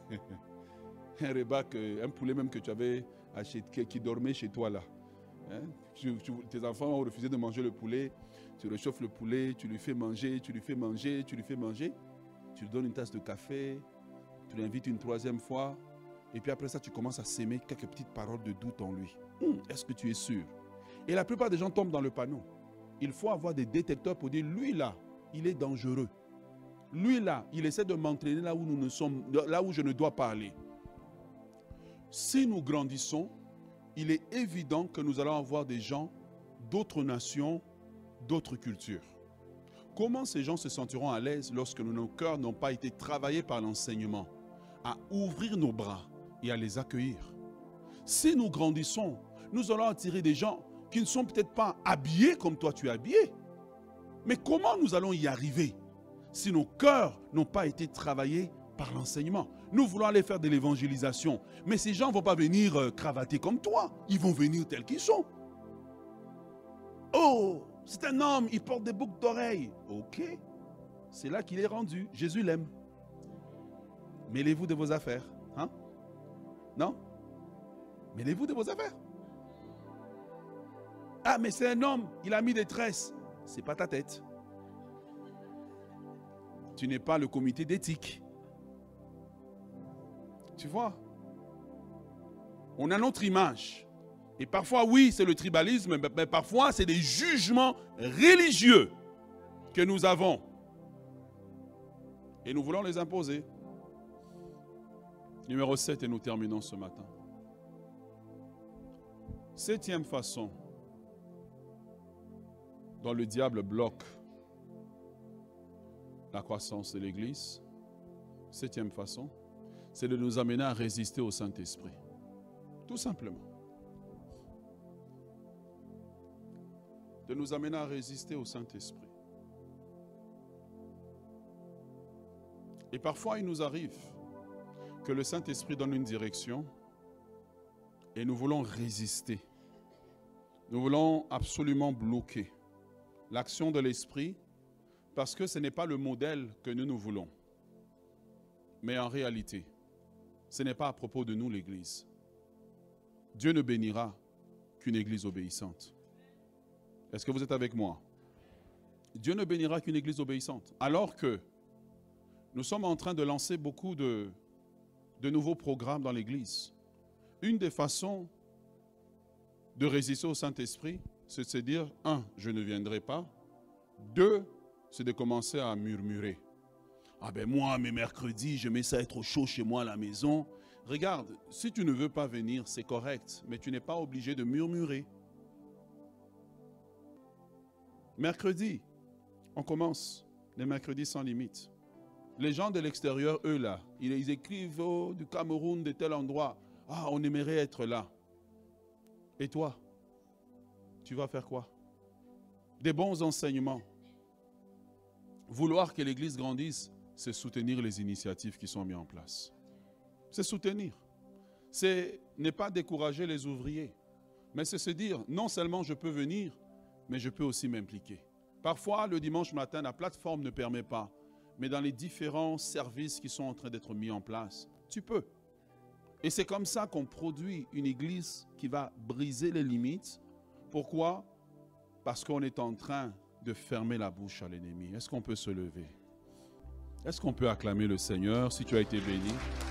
S1: Un repas, un poulet même que tu avais acheté, qui dormait chez toi là. Hein? Tes enfants ont refusé de manger le poulet. Tu réchauffes le poulet, tu lui fais manger, tu lui fais manger, tu lui fais manger. Tu lui donnes une tasse de café, tu l'invites une troisième fois. Et puis après ça, tu commences à s'aimer quelques petites paroles de doute en lui. Est-ce que tu es sûr? Et la plupart des gens tombent dans le panneau. Il faut avoir des détecteurs pour dire, lui là, il est dangereux. Lui là, il essaie de m'entraîner là où nous ne sommes, là où je ne dois pas aller. Si nous grandissons, il est évident que nous allons avoir des gens d'autres nations, d'autres cultures. Comment ces gens se sentiront à l'aise lorsque nos cœurs n'ont pas été travaillés par l'enseignement, à ouvrir nos bras et à les accueillir? Si nous grandissons, nous allons attirer des gens qui ne sont peut-être pas habillés comme toi tu es habillé. Mais comment nous allons y arriver si nos cœurs n'ont pas été travaillés par l'enseignement. Nous voulons aller faire de l'évangélisation. Mais ces gens ne vont pas venir cravater comme toi. Ils vont venir tels qu'ils sont. Oh, c'est un homme, il porte des boucles d'oreilles. Ok, c'est là qu'il est rendu. Jésus l'aime. Mêlez-vous de vos affaires. Hein? Non? Mêlez-vous de vos affaires. Ah, mais c'est un homme, il a mis des tresses. C'est pas ta tête. Tu n'es pas le comité d'éthique. Tu vois? On a notre image. Et parfois, oui, c'est le tribalisme, mais parfois, c'est des jugements religieux que nous avons. Et nous voulons les imposer. Numéro 7, et nous terminons ce matin. 7e façon dont le diable bloque la croissance de l'Église, 7e façon, c'est de nous amener à résister au Saint-Esprit. Tout simplement. De nous amener à résister au Saint-Esprit. Et parfois, il nous arrive que le Saint-Esprit donne une direction et nous voulons résister. Nous voulons absolument bloquer l'action de l'Esprit parce que ce n'est pas le modèle que nous voulons. Mais en réalité, ce n'est pas à propos de nous l'Église. Dieu ne bénira qu'une Église obéissante. Est-ce que vous êtes avec moi? Dieu ne bénira qu'une Église obéissante. Alors que nous sommes en train de lancer beaucoup de nouveaux programmes dans l'Église. Une des façons de résister au Saint-Esprit, c'est de se dire, 1, je ne viendrai pas. 2, c'est de commencer à murmurer. Ah ben moi, mes mercredis, je mets ça être chaud chez moi à la maison. Regarde, si tu ne veux pas venir, c'est correct, mais tu n'es pas obligé de murmurer. Mercredi, on commence les mercredis sans limite. Les gens de l'extérieur, eux là, ils écrivent du Cameroun, de tel endroit. Ah, on aimerait être là. Et toi, tu vas faire quoi? Des bons enseignements. Vouloir que l'Église grandisse, c'est soutenir les initiatives qui sont mises en place. C'est soutenir. C'est ne pas décourager les ouvriers. Mais c'est se dire, non seulement je peux venir, mais je peux aussi m'impliquer. Parfois, le dimanche matin, la plateforme ne permet pas. Mais dans les différents services qui sont en train d'être mis en place, tu peux. Et c'est comme ça qu'on produit une église qui va briser les limites. Pourquoi? Parce qu'on est en train de fermer la bouche à l'ennemi. Est-ce qu'on peut se lever? Est-ce qu'on peut acclamer le Seigneur si tu as été béni?